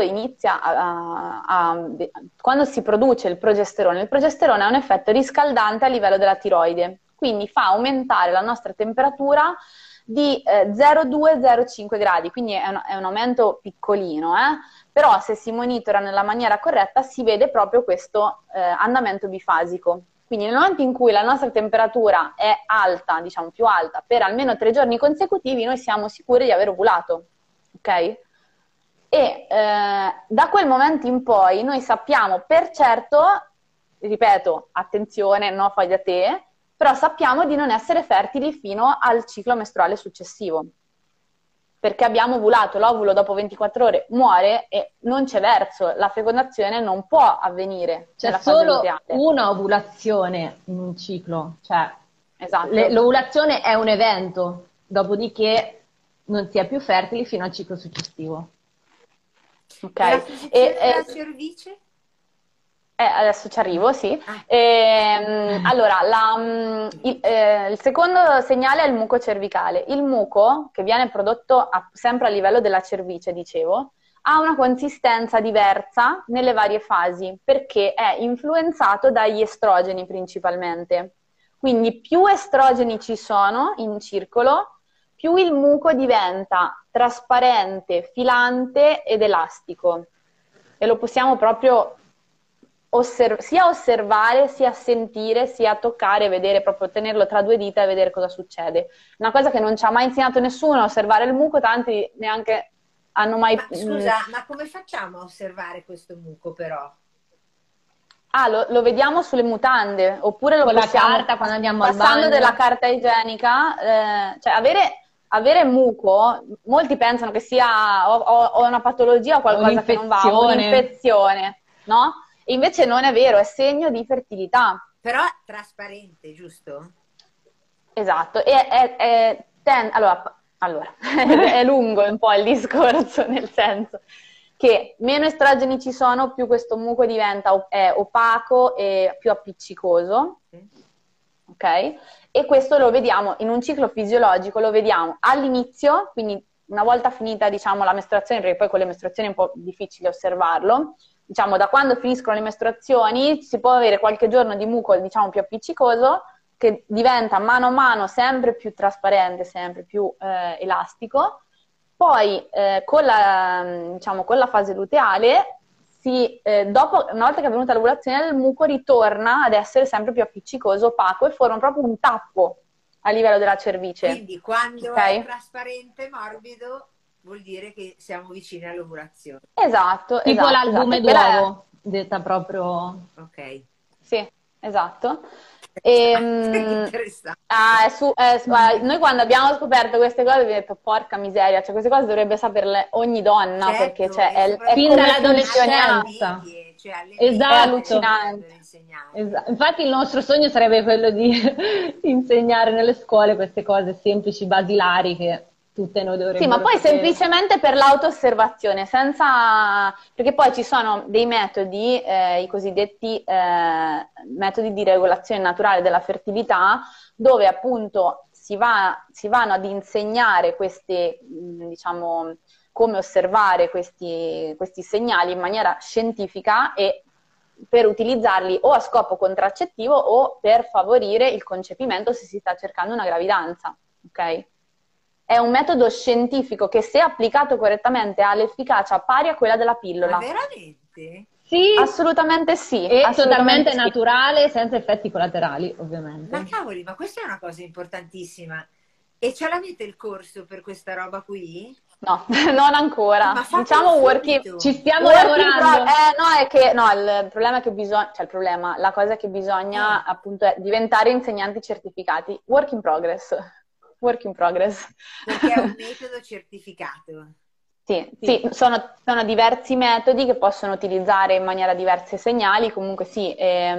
quando si produce il progesterone è un effetto riscaldante a livello della tiroide, quindi fa aumentare la nostra temperatura di 0,2-0,5 gradi, quindi è un aumento piccolino, però se si monitora nella maniera corretta si vede proprio questo andamento bifasico. Quindi nel momento in cui la nostra temperatura è alta, diciamo più alta, per almeno 3 giorni consecutivi, noi siamo sicuri di aver ovulato, ok? E da quel momento in poi noi sappiamo per certo, ripeto, attenzione, no, fai da te, però sappiamo di non essere fertili fino al ciclo mestruale successivo, perché abbiamo ovulato, l'ovulo dopo 24 ore muore e non c'è verso, la fecondazione non può avvenire. C'è solo una ovulazione in un ciclo, cioè esatto. L'ovulazione è un evento, dopodiché non si è più fertili fino al ciclo successivo. Ok. La posizione della cervice? Adesso ci arrivo, sì. Allora, il secondo segnale è il muco cervicale. Il muco, che viene prodotto sempre a livello della cervice, dicevo, ha una consistenza diversa nelle varie fasi, perché è influenzato dagli estrogeni principalmente. Quindi più estrogeni ci sono in circolo, più il muco diventa trasparente, filante ed elastico. E lo possiamo proprio sia osservare, sia sentire, sia toccare, vedere, proprio tenerlo tra 2 dita e vedere cosa succede. Una cosa che non ci ha mai insegnato nessuno, osservare il muco, tanti neanche hanno mai... Ma scusa, ma come facciamo a osservare questo muco però? Lo vediamo sulle mutande, oppure lo con possiamo... la carta quando andiamo al bagno. Passando della carta igienica, cioè avere muco, molti pensano che sia o una patologia o qualcosa che non va, o un'infezione, no? E invece non è vero, è segno di fertilità. Però è trasparente, giusto? Esatto, allora è lungo un po' il discorso, nel senso che meno estrogeni ci sono, più questo muco è opaco e più appiccicoso, ok? E questo lo vediamo in un ciclo fisiologico, lo vediamo all'inizio, quindi una volta finita, diciamo, la mestruazione, perché poi con le mestruazioni è un po' difficile osservarlo, diciamo, da quando finiscono le mestruazioni si può avere qualche giorno di muco, diciamo, più appiccicoso, che diventa mano a mano sempre più trasparente, sempre più elastico. Poi diciamo, con la fase luteale, dopo, una volta che è avvenuta l'ovulazione, il muco ritorna ad essere sempre più appiccicoso, opaco, e forma proprio un tappo a livello della cervice. Quindi quando okay? È trasparente, morbido, vuol dire che siamo vicini all'ovulazione. Esatto. Tipo l'albume d'uovo, detta proprio... Ok. Sì, esatto. Interessante. Noi quando abbiamo scoperto queste cose abbiamo detto porca miseria, cioè queste cose dovrebbe saperle ogni donna, Certo, perché cioè, è fin come dall'adolescenza. Esatto. È allucinante. Infatti il nostro sogno sarebbe quello di insegnare nelle scuole queste cose semplici, basilari, che tutte noi dovremmo Sì, ma poi sapere. semplicemente per l'auto-osservazione, perché poi ci sono dei metodi, i cosiddetti metodi di regolazione naturale della fertilità, dove appunto si vanno ad insegnare queste, diciamo, come osservare questi segnali in maniera scientifica, e per utilizzarli o a scopo contraccettivo o per favorire il concepimento se si sta cercando una gravidanza, ok? È un metodo scientifico che, se applicato correttamente, ha l'efficacia pari a quella della pillola. Ma veramente? Sì, Assolutamente sì. e totalmente sì. naturale, senza effetti collaterali, ovviamente. Ma cavoli, ma questa è una cosa importantissima. E ce l'avete il corso per questa roba qui? No, non ancora. Ma diciamo working. subito. Ci stiamo lavorando. Il problema è che bisogna, cioè il problema, la cosa è che bisogna appunto è diventare insegnanti certificati. Work in progress. Work in progress. Perché è un metodo certificato. Sì, sono diversi metodi che possono utilizzare in maniera diversa i segnali, comunque sì,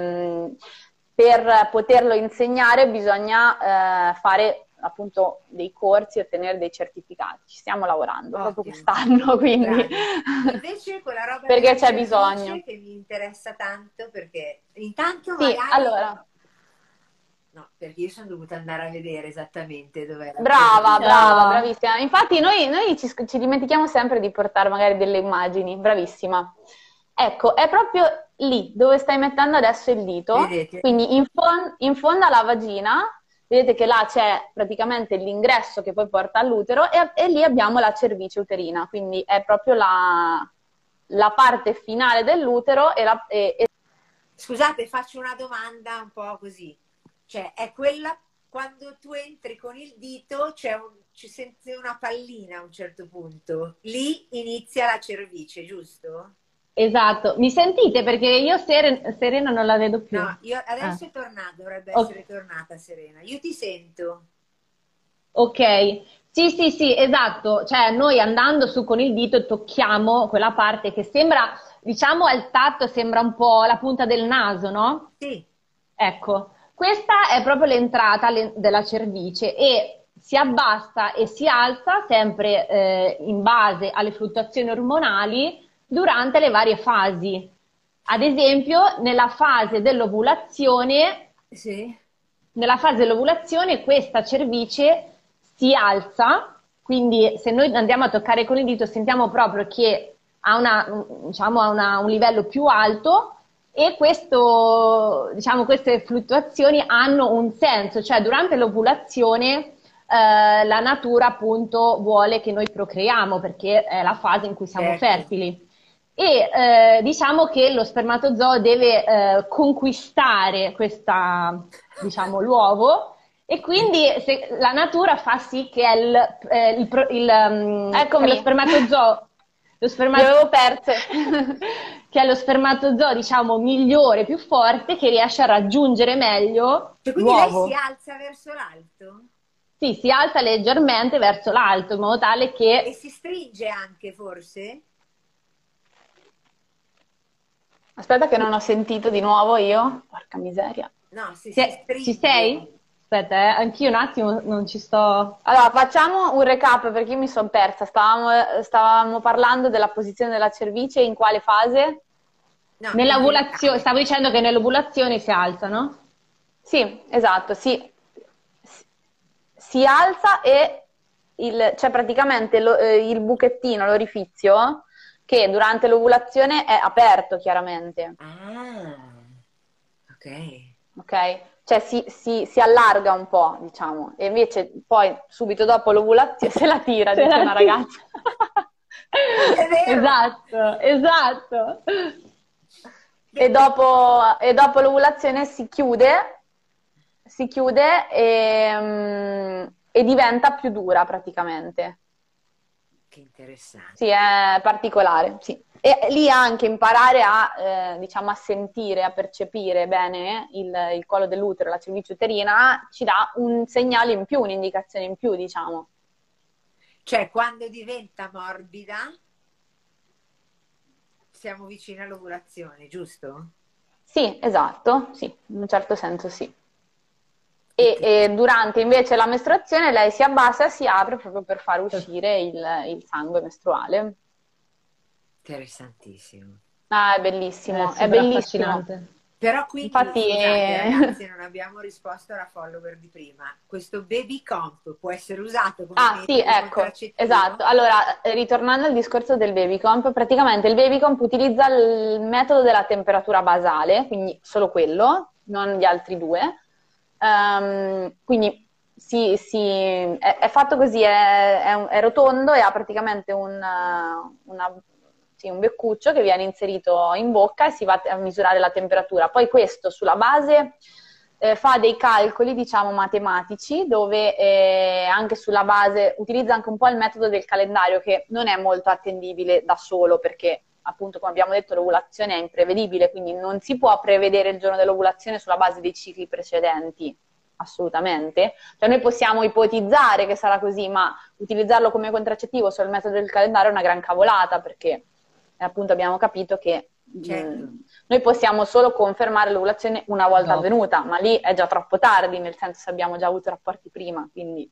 per poterlo insegnare bisogna fare appunto dei corsi e ottenere dei certificati. Ci stiamo lavorando proprio quest'anno, quindi invece quella roba perché c'è bisogno, che mi interessa tanto, perche intanto sì, magari... allora no, perché io sono dovuta andare a vedere esattamente dove era. brava, bravissima. Infatti noi ci dimentichiamo sempre di portare magari delle immagini. Bravissima. Ecco, è proprio lì dove stai mettendo adesso il dito. Vedete? Quindi in fondo alla vagina, vedete che là c'è praticamente l'ingresso che poi porta all'utero, e lì abbiamo la cervice uterina, quindi è proprio la parte finale dell'utero. Scusate, faccio una domanda un po' così. Cioè, è quella, quando tu entri con il dito, ci senti una pallina a un certo punto. Lì inizia la cervice, giusto? Esatto. Mi sentite? Perché io Serena non la vedo più. No, io adesso è tornata, dovrebbe essere tornata Serena. Io ti sento. Ok. Sì, esatto. Cioè, noi andando su con il dito tocchiamo quella parte che sembra, diciamo, al tatto sembra un po' la punta del naso, no? Sì. Ecco. Questa è proprio l'entrata della cervice, e si abbassa e si alza sempre in base alle fluttuazioni ormonali durante le varie fasi. Ad esempio, nella fase dell'ovulazione, questa cervice si alza, quindi se noi andiamo a toccare con il dito sentiamo proprio che ha un livello più alto. E queste fluttuazioni hanno un senso, cioè durante l'ovulazione la natura appunto vuole che noi procreiamo, perché è la fase in cui siamo fertili. E diciamo che lo spermatozoo deve conquistare l'uovo, e quindi la natura fa sì che lo spermatozoo... L'avevo perse. che è lo spermatozoo, diciamo, migliore, più forte, che riesce a raggiungere meglio quindi l'uovo. Lei si alza verso l'alto? Sì, si alza leggermente verso l'alto, in modo tale che... E si stringe anche, forse? Aspetta che non ho sentito di nuovo io. Porca miseria. No, si stringe. Ci sei? Aspetta, anch'io un attimo non ci sto... Allora, facciamo un recap perché io mi sono persa. Stavamo parlando della posizione della cervice, in quale fase? No, nell'ovulazione, stavo dicendo che nell'ovulazione si alza, no? Sì, esatto, si alza e c'è praticamente il buchettino, l'orifizio, che durante l'ovulazione è aperto chiaramente. Ah, ok. Ok? Cioè si allarga un po', diciamo, e invece poi subito dopo l'ovulazione se la tira, Se dice la una tira. ragazza. È vero. Esatto, esatto. E dopo l'ovulazione si chiude e diventa più dura praticamente. Che interessante. Sì, è particolare, sì. E lì anche imparare a, diciamo, a sentire, a percepire bene il collo dell'utero, la cervice uterina, ci dà un segnale in più, un'indicazione in più, diciamo. Cioè, quando diventa morbida, siamo vicini all'ovulazione, giusto? Sì, esatto, sì, in un certo senso sì. E durante invece la mestruazione lei si abbassa e si apre proprio per far uscire il sangue mestruale. Interessantissimo. Ah, è bellissimo, è Super bellissimo. affascinante. Però quindi, Infatti, scusate ragazzi, non abbiamo risposto alla follower di prima. Questo baby comp può essere usato come sì, metodo ecco, contraccettivo? esatto. Allora, ritornando al discorso del baby comp, praticamente il baby comp utilizza il metodo della temperatura basale, quindi solo quello, non gli altri due. Quindi è fatto così, è rotondo e ha praticamente un beccuccio che viene inserito in bocca e si va a misurare la temperatura. Poi questo sulla base fa dei calcoli, diciamo, matematici, dove anche sulla base utilizza anche un po' il metodo del calendario, che non è molto attendibile da solo, perché appunto, come abbiamo detto, l'ovulazione è imprevedibile, quindi non si può prevedere il giorno dell'ovulazione sulla base dei cicli precedenti, assolutamente. Cioè noi possiamo ipotizzare che sarà così, ma utilizzarlo come contraccettivo sul metodo del calendario è una gran cavolata, perché appunto abbiamo capito che Certo. noi possiamo solo confermare l'ovulazione una volta Dopo. avvenuta, ma lì è già troppo tardi, nel senso se abbiamo già avuto rapporti prima, quindi...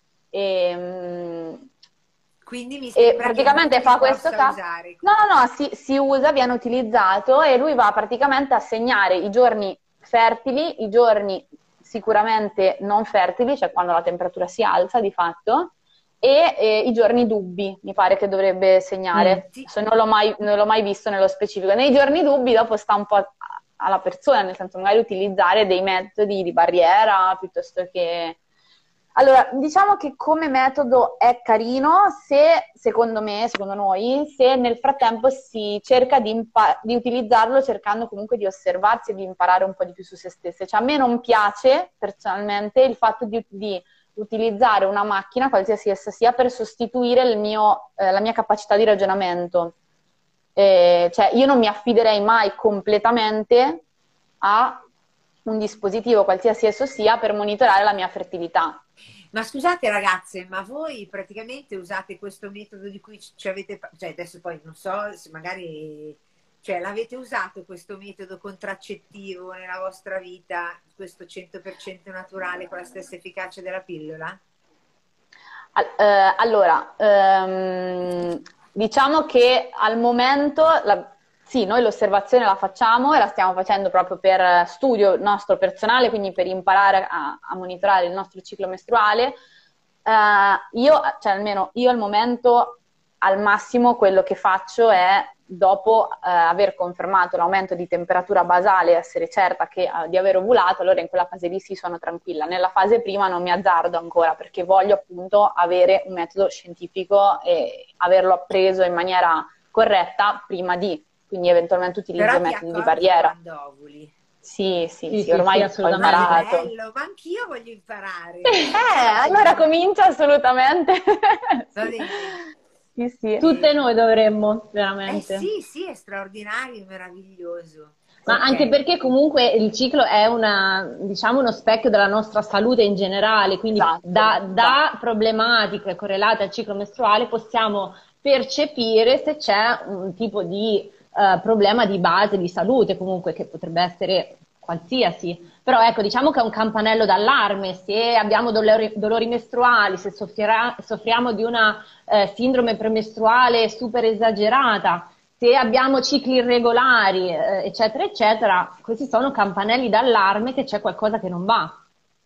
Quindi mi E sembra praticamente che non fa si questo possa caso. usare. No, si usa, viene utilizzato e lui va praticamente a segnare i giorni fertili, i giorni sicuramente non fertili, cioè quando la temperatura si alza di fatto, e i giorni dubbi, mi pare che dovrebbe segnare. Sì. Non l'ho mai visto nello specifico. Nei giorni dubbi dopo sta un po' alla persona, nel senso magari utilizzare dei metodi di barriera piuttosto che... Allora, diciamo che come metodo è carino se, secondo me, secondo noi, se nel frattempo si cerca di utilizzarlo cercando comunque di osservarsi e di imparare un po' di più su se stesse. Cioè, a me non piace personalmente il fatto di utilizzare una macchina, qualsiasi essa sia, per sostituire la mia capacità di ragionamento. Cioè, io non mi affiderei mai completamente a un dispositivo, qualsiasi esso sia, per monitorare la mia fertilità. Ma scusate ragazze, ma voi praticamente usate questo metodo di cui ci avete, cioè adesso poi non so se magari, cioè l'avete usato questo metodo contraccettivo nella vostra vita, questo 100% naturale con la stessa efficacia della pillola? Allora, diciamo che al momento, sì, noi l'osservazione la facciamo e la stiamo facendo proprio per studio nostro personale, quindi per imparare a monitorare il nostro ciclo mestruale. Cioè almeno io al momento, al massimo, quello che faccio è, dopo aver confermato l'aumento di temperatura basale, essere certa di aver ovulato, allora in quella fase lì sì, sono tranquilla. Nella fase prima non mi azzardo ancora, perché voglio appunto avere un metodo scientifico e averlo appreso in maniera corretta prima di, quindi eventualmente utilizzo Però ti metodi di accorgi barriera. quando ovuli. Sì, Sì, ormai ho assolutamente. imparato. Bello, ma anch'io voglio imparare. Allora comincia assolutamente. Va bene. Sì. Tutte noi dovremmo, veramente. Sì, è straordinario, meraviglioso. Ma Ok. anche perché comunque il ciclo è diciamo, uno specchio della nostra salute in generale, quindi Esatto, da problematiche correlate al ciclo mestruale possiamo percepire se c'è un tipo di problema di base di salute, comunque, che potrebbe essere qualsiasi. Però ecco, diciamo che è un campanello d'allarme. Se abbiamo dolori mestruali, se soffriamo di una sindrome premestruale super esagerata, se abbiamo cicli irregolari, eccetera, eccetera, questi sono campanelli d'allarme che c'è qualcosa che non va.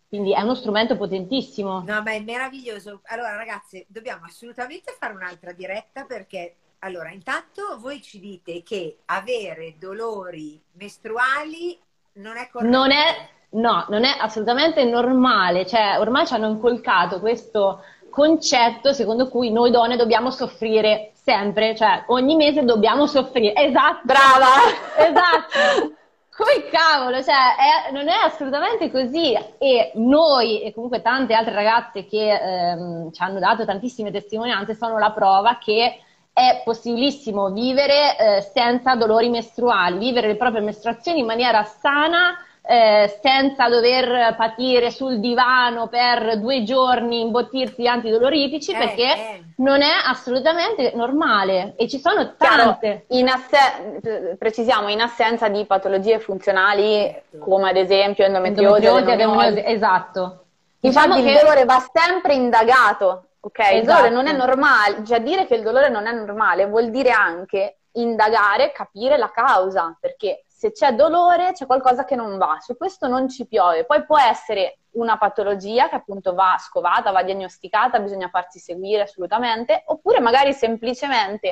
quindi è uno strumento potentissimo. No, ma è meraviglioso. Allora, ragazzi, dobbiamo assolutamente fare un'altra diretta perché, allora, intanto voi ci dite che avere dolori mestruali non è corretto. Non è assolutamente normale, cioè ormai ci hanno incolcato questo concetto secondo cui noi donne dobbiamo soffrire sempre, cioè ogni mese dobbiamo soffrire. Esatto, Brava! esatto. Come cavolo, cioè non è assolutamente così, e noi e comunque tante altre ragazze che ci hanno dato tantissime testimonianze sono la prova che è possibilissimo vivere senza dolori mestruali, vivere le proprie mestruazioni in maniera sana, senza dover patire sul divano per 2 giorni, imbottirsi di antidolorifici, perché non è assolutamente normale e ci sono tante. Precisiamo, in assenza di patologie funzionali come ad esempio endometriosi, adenomiosi, esatto. Diciamo Diciamo che il dolore va sempre indagato, ok? Esatto. Il dolore non è normale, già dire che il dolore non è normale vuol dire anche indagare, capire la causa, perché se c'è dolore c'è qualcosa che non va, su questo non ci piove. Poi può essere una patologia che appunto va scovata, va diagnosticata, bisogna farsi seguire assolutamente, oppure magari semplicemente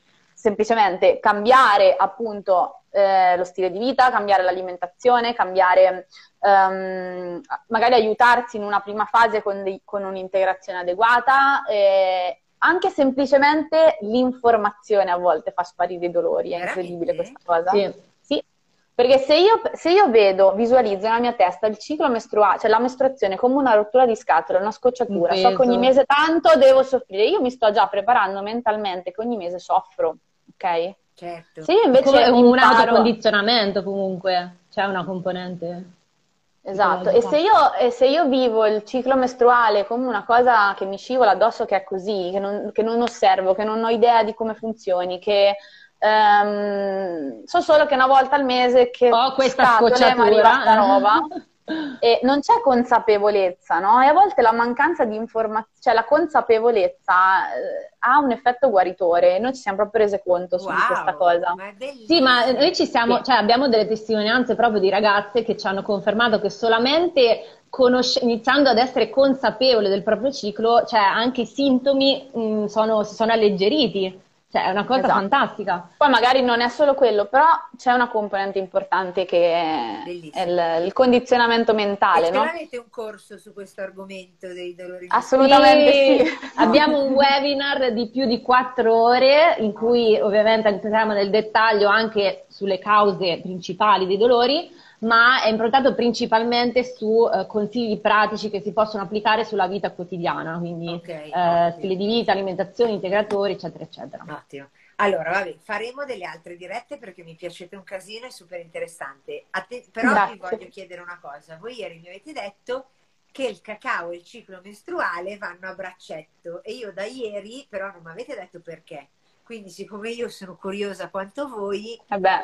cambiare appunto lo stile di vita, cambiare l'alimentazione, cambiare magari aiutarsi in una prima fase con un'integrazione adeguata, anche semplicemente l'informazione a volte fa sparire i dolori, è incredibile questa cosa. Sì. Perché se io visualizzo nella mia testa il ciclo mestruale, cioè la mestruazione come una rottura di scatola, una scocciatura, so che ogni mese tanto devo soffrire, io mi sto già preparando mentalmente che ogni mese soffro, ok? Certo. Se io invece come un autocondizionamento comunque, c'è una componente. Esatto, e se io vivo il ciclo mestruale come una cosa che mi scivola addosso, che è così, che non osservo, che non ho idea di come funzioni, che so solo che una volta al mese che questa scocciatura mi arriva sta roba e non c'è consapevolezza, no? E a volte la mancanza di informazione, cioè la consapevolezza ha un effetto guaritore, e noi ci siamo proprio rese conto su questa cosa. Sì, ma noi cioè abbiamo delle testimonianze proprio di ragazze che ci hanno confermato che solamente iniziando ad essere consapevole del proprio ciclo, cioè anche i sintomi si sono alleggeriti. Cioè, è una cosa fantastica. Poi magari non è solo quello, però c'è una componente importante che è il condizionamento mentale, no? Avete un corso su questo argomento dei dolori? Assolutamente sì. Abbiamo un webinar di più di 4 ore in cui ovviamente entriamo nel dettaglio anche sulle cause principali dei dolori, ma è improntato principalmente su consigli pratici che si possono applicare sulla vita quotidiana, quindi stile di vita, alimentazione, integratori, eccetera, eccetera. Ottimo. Allora, vabbè, faremo delle altre dirette perché mi piacete un casino, è super interessante. Però vi voglio chiedere una cosa. Voi ieri mi avete detto che il cacao e il ciclo mestruale vanno a braccetto e io da ieri però non mi avete detto perché. Quindi siccome io sono curiosa quanto voi...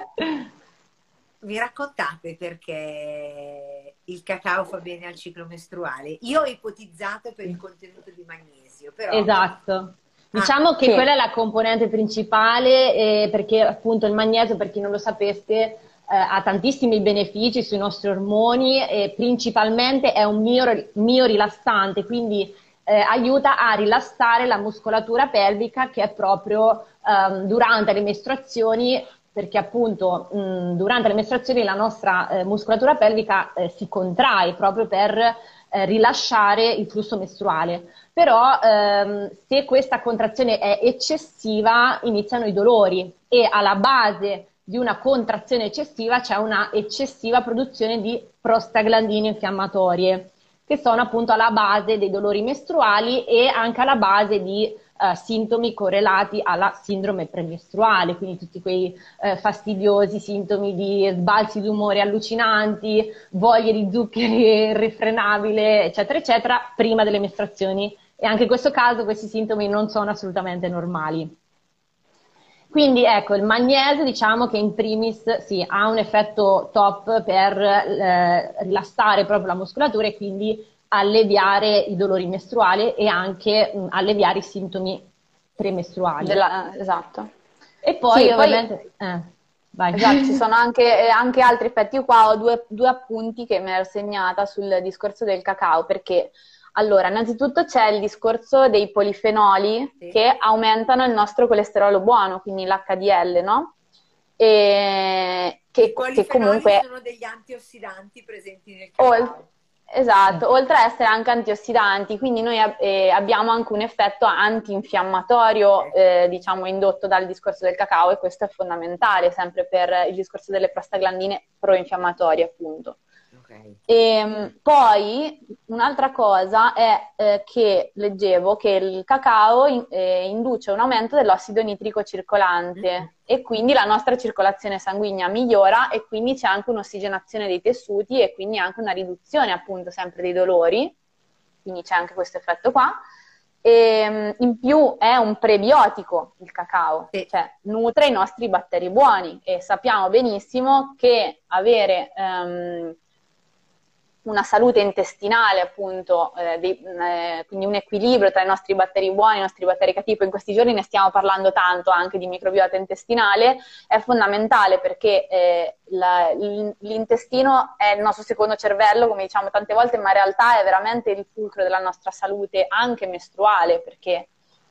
Mi raccontate perché il cacao fa bene al ciclo mestruale? Io ho ipotizzato per il contenuto di magnesio, però... Esatto. Diciamo che quella è la componente principale, perché appunto il magnesio, per chi non lo sapesse, ha tantissimi benefici sui nostri ormoni e principalmente è un miorilassante, quindi aiuta a rilassare la muscolatura pelvica, che è proprio durante le mestruazioni, perché appunto durante le mestruazioni la nostra muscolatura pelvica si contrae proprio per rilasciare il flusso mestruale. Però se questa contrazione è eccessiva iniziano i dolori, e alla base di una contrazione eccessiva c'è una eccessiva produzione di prostaglandine infiammatorie, che sono appunto alla base dei dolori mestruali e anche alla base di sintomi correlati alla sindrome premestruale, quindi tutti quei fastidiosi sintomi di sbalzi d'umore allucinanti, voglie di zuccheri irrefrenabile, eccetera, eccetera, prima delle mestruazioni. E anche in questo caso questi sintomi non sono assolutamente normali. Quindi ecco, il magnesio diciamo che in primis sì, ha un effetto top per rilassare proprio la muscolatura e quindi alleviare i dolori mestruali e anche alleviare i sintomi premestruali. Esatto. E poi sì, ovviamente... Vai. Esatto, ci sono anche altri effetti. Io qua ho due appunti che mi ero segnata sul discorso del cacao, perché allora, innanzitutto c'è il discorso dei polifenoli Sì. che aumentano il nostro colesterolo buono, quindi l'HDL, no? E I che polifenoli comunque sono degli antiossidanti presenti nel Ol- cacao. esatto, oltre ad essere anche antiossidanti, quindi noi abbiamo anche un effetto antinfiammatorio, diciamo, indotto dal discorso del cacao, e questo è fondamentale sempre per il discorso delle prostaglandine proinfiammatorie, appunto. Ok. Poi un'altra cosa è che leggevo che il cacao induce un aumento dell'ossido nitrico circolante e quindi la nostra circolazione sanguigna migliora e quindi c'è anche un'ossigenazione dei tessuti e quindi anche una riduzione appunto sempre dei dolori, quindi c'è anche questo effetto qua. E, in più è un prebiotico il cacao, Sì. cioè nutre i nostri batteri buoni e sappiamo benissimo che avere una salute intestinale, appunto, quindi un equilibrio tra i nostri batteri buoni e i nostri batteri cattivi. Poi in questi giorni ne stiamo parlando tanto anche di microbiota intestinale, è fondamentale perché l'intestino è il nostro secondo cervello, come diciamo tante volte, ma in realtà è veramente il fulcro della nostra salute anche mestruale, perché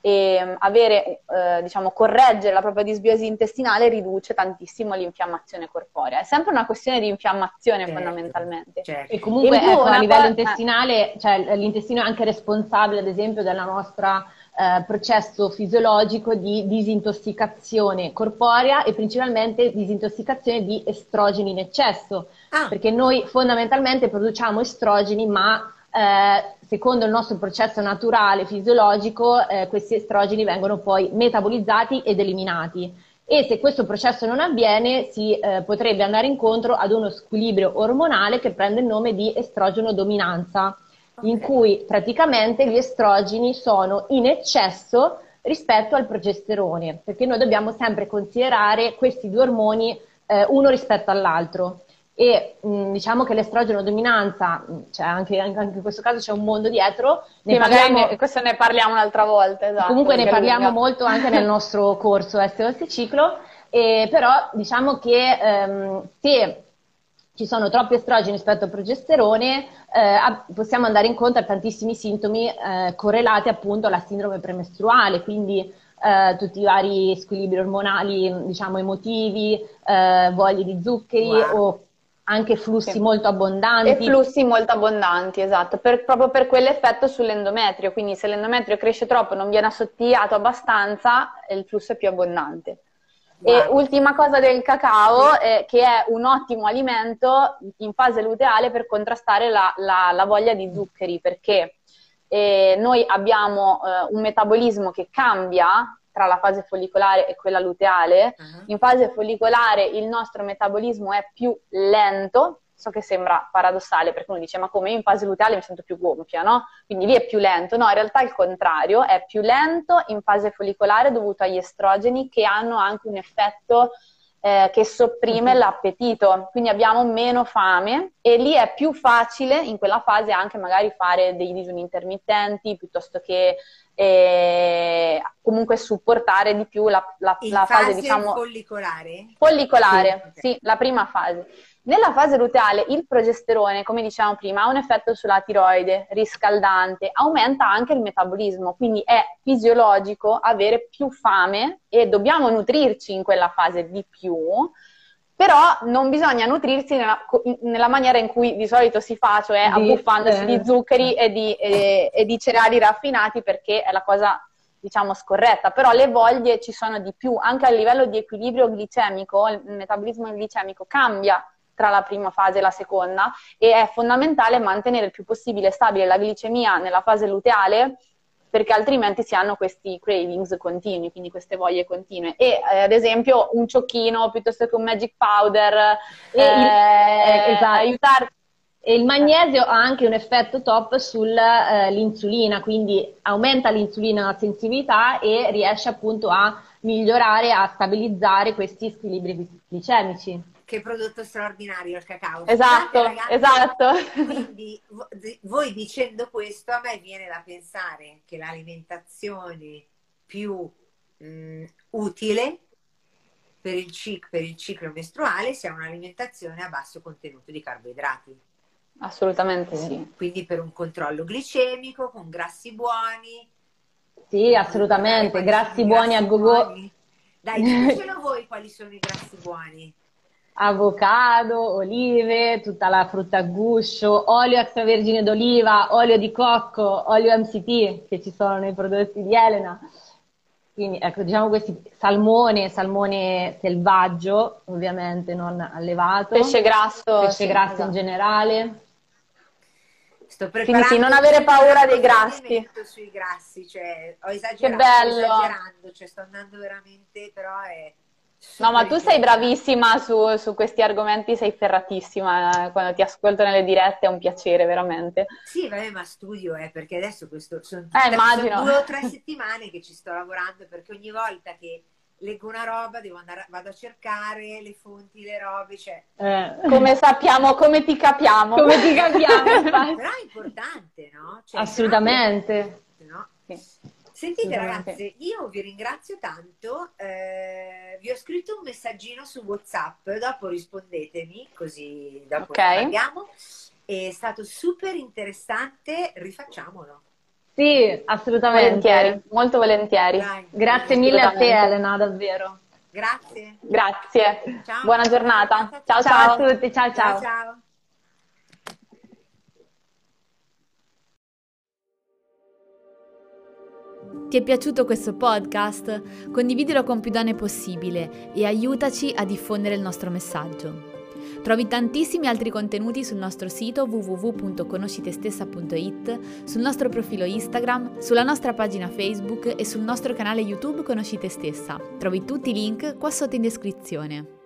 diciamo, correggere la propria disbiosi intestinale riduce tantissimo l'infiammazione corporea. È sempre una questione di infiammazione, Certo, fondamentalmente. certo. E comunque, In più, ecco, a una livello cosa- intestinale, cioè l'intestino è anche responsabile, ad esempio, del nostro processo fisiologico di disintossicazione corporea e principalmente disintossicazione di estrogeni in eccesso, Ah, perché noi fondamentalmente produciamo estrogeni, ma secondo il nostro processo naturale, fisiologico, questi estrogeni vengono poi metabolizzati ed eliminati. E se questo processo non avviene, si potrebbe andare incontro ad uno squilibrio ormonale che prende il nome di estrogeno dominanza, in ok. cui praticamente gli estrogeni sono in eccesso rispetto al progesterone, perché noi dobbiamo sempre considerare questi due ormoni uno rispetto all'altro. E diciamo che l'estrogeno dominanza, cioè anche in questo caso c'è un mondo dietro, ne sì, magari parliamo. questo ne parliamo un'altra volta, esatto. Comunque ne perché è parliamo lunga. molto anche nel nostro corso SOS Ciclo, però diciamo che se ci sono troppi estrogeni rispetto al progesterone, possiamo andare incontro a tantissimi sintomi correlati appunto alla sindrome premestruale, quindi tutti i vari squilibri ormonali, diciamo emotivi, voglie di zuccheri Wow. o anche flussi Sì. molto E abbondanti. flussi molto abbondanti, esatto, proprio per quell'effetto sull'endometrio, quindi se l'endometrio cresce troppo e non viene assottigliato abbastanza, il flusso è più abbondante. E Wow. ultima cosa del cacao, che è un ottimo alimento in fase luteale per contrastare la voglia di zuccheri, perché noi abbiamo un metabolismo che cambia tra la fase follicolare e quella luteale. Ah, In fase follicolare il nostro metabolismo è più lento, so che sembra paradossale perché uno dice ma come io in fase luteale mi sento più gonfia, no? Quindi lì è più lento, no, in realtà è il contrario, è più lento in fase follicolare dovuto agli estrogeni che hanno anche un effetto che sopprime l'appetito, quindi abbiamo meno fame e lì è più facile in quella fase anche magari fare dei digiuni intermittenti piuttosto che comunque supportare di più la in fase, fase diciamo, follicolare? follicolare, Sì, ok. sì, la prima fase. Nella fase luteale il progesterone, come dicevamo prima, ha un effetto sulla tiroide, riscaldante, aumenta anche il metabolismo, quindi è fisiologico avere più fame e dobbiamo nutrirci in quella fase di più, però non bisogna nutrirsi nella maniera in cui di solito si fa, cioè abbuffandosi di zuccheri e di cereali raffinati, perché è la cosa, diciamo, scorretta, però le voglie ci sono di più, anche a livello di equilibrio glicemico, il metabolismo glicemico cambia tra la prima fase e la seconda e è fondamentale mantenere il più possibile stabile la glicemia nella fase luteale perché altrimenti si hanno questi cravings continui, quindi queste voglie continue. E ad esempio un ciocchino piuttosto che un magic powder Esatto. aiutarti. E il magnesio ha anche un effetto top sull'insulina, quindi aumenta l'insulina sensibilità e riesce appunto a migliorare, a stabilizzare questi squilibri glicemici. Che prodotto straordinario il cacao. Esatto, Scusate, ragazzi, esatto. quindi voi dicendo questo a me viene da pensare che l'alimentazione più utile per il ciclo mestruale sia un'alimentazione a basso contenuto di carboidrati. Assolutamente sì. Quindi per un controllo glicemico, con grassi buoni. Sì, assolutamente, grassi buoni a go-go. Dai, dicelo voi quali sono i grassi buoni. Avocado, olive, tutta la frutta a guscio, olio extravergine d'oliva, olio di cocco, olio MCT che ci sono nei prodotti di Elena. Quindi ecco, diciamo questi salmone selvaggio, ovviamente non allevato. Pesce grasso. Pesce grasso esatto. In generale. Sto preparando. Quindi sì, non avere paura dei grassi. Sui grassi, cioè, ho esagerato, che bello. Sto esagerando, cioè sto andando veramente, però è... No, ma tu sei bravissima su questi argomenti, sei ferratissima, quando ti ascolto nelle dirette è un piacere, veramente. Sì, vabbè, ma studio, perché adesso sono 2 o 3 settimane che ci sto lavorando, perché ogni volta che leggo una roba vado a cercare le fonti, le robe, cioè... Come sappiamo, come ti capiamo. Come ti capiamo, però è importante, no? Cioè, assolutamente. No? Sì. Sentite ragazze, io vi ringrazio tanto, vi ho scritto un messaggino su WhatsApp, dopo rispondetemi, così dopo ne parliamo. È stato super interessante, rifacciamolo. Sì, assolutamente. Volentieri, molto volentieri. Dai, grazie mille a te Elena, davvero. Grazie. Grazie. Ciao. Buona giornata. Ciao a tutti, ciao. Ciao. Ti è piaciuto questo podcast? Condividilo con più donne possibile e aiutaci a diffondere il nostro messaggio. Trovi tantissimi altri contenuti sul nostro sito www.conoscitestessa.it, sul nostro profilo Instagram, sulla nostra pagina Facebook e sul nostro canale YouTube Conosci Te Stessa. Trovi tutti i link qua sotto in descrizione.